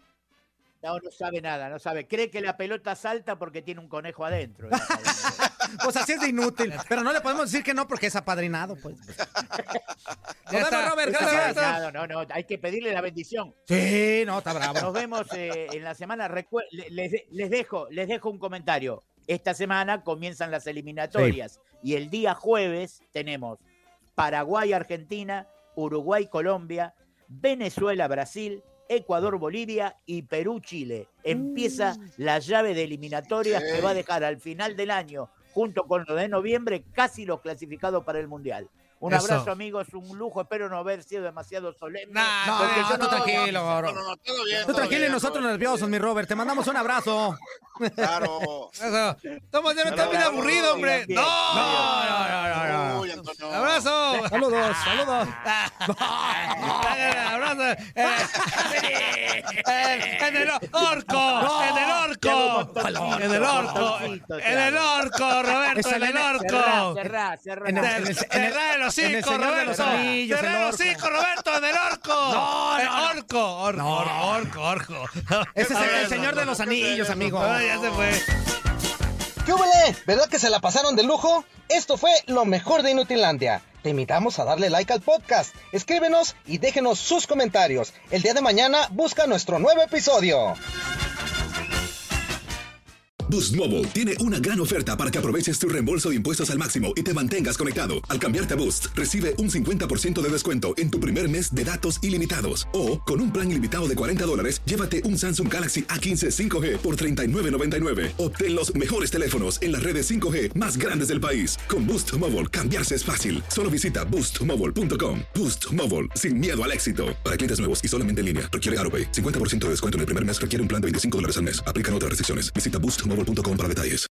No, no sabe nada, no sabe. Cree que la pelota salta porque tiene un conejo adentro. Pues así es de inútil. Pero no le podemos decir que no porque es apadrinado, pues. Ya Nos está. vemos, Robert. Es Gracias. apadrinado, no, no, hay que pedirle la bendición. Sí, no, está bravo. Nos vemos eh, en la semana. Recue- le- les, les dejo, les dejo un comentario. Esta semana comienzan las eliminatorias y el día jueves tenemos Paraguay-Argentina, Uruguay-Colombia, Venezuela-Brasil, Ecuador-Bolivia y Perú-Chile. Empieza la llave de eliminatorias Sí. que va a dejar al final del año, junto con lo de noviembre, casi los clasificados para el Mundial. Un Eso. abrazo, amigos, un lujo. Espero no haber sido demasiado solemne. Nah, No, porque yo tú tranquilo, No, Ro- no, no, todo bien. Tú todo tranquilo y bien, nosotros todo nerviosos, mi Robert. Te mandamos un abrazo. bien. Claro. Eso. Estamos ya me No, está bien no, aburrido, no, hombre. bien, No. bien. no, no, no. Uy, Antonio. Abrazo. Saludos, saludos. Abrazo. Eh, eh, en el orco. En el orco. orco. En el orco. Botoncito, En el orco, Roberto, en el orco. Cerrá, cerrá. En el- en el- Cerrá el en el hocico, Señor de los Roberto. Anillos, Cerrá el el orco. hocico, Roberto, en el orco. No, El no, no. orco, orco, orco, orco, orco. Ese es el, el Señor de los Anillos, amigo. Ay, ya se fue. ¿Qué hubole? ¿Verdad que se la pasaron de lujo? Esto fue lo mejor de Inutilandia. Te invitamos a darle like al podcast, escríbenos y déjenos sus comentarios. El día de mañana busca nuestro nuevo episodio. Boost Mobile tiene una gran oferta para que aproveches tu reembolso de impuestos al máximo y te mantengas conectado. Al cambiarte a Boost, recibe un cincuenta por ciento de descuento en tu primer mes de datos ilimitados. O, con un plan ilimitado de cuarenta dólares, llévate un Samsung Galaxy A quince cinco G por treinta y nueve noventa y nueve. Obtén los mejores teléfonos en las redes cinco G más grandes del país. Con Boost Mobile, cambiarse es fácil. Solo visita boost mobile punto com. Boost Mobile, sin miedo al éxito. Para clientes nuevos y solamente en línea, requiere AutoPay. cincuenta por ciento de descuento en el primer mes, requiere un plan de veinticinco dólares al mes. Aplican otras restricciones. Visita boost mobile punto com para detalles.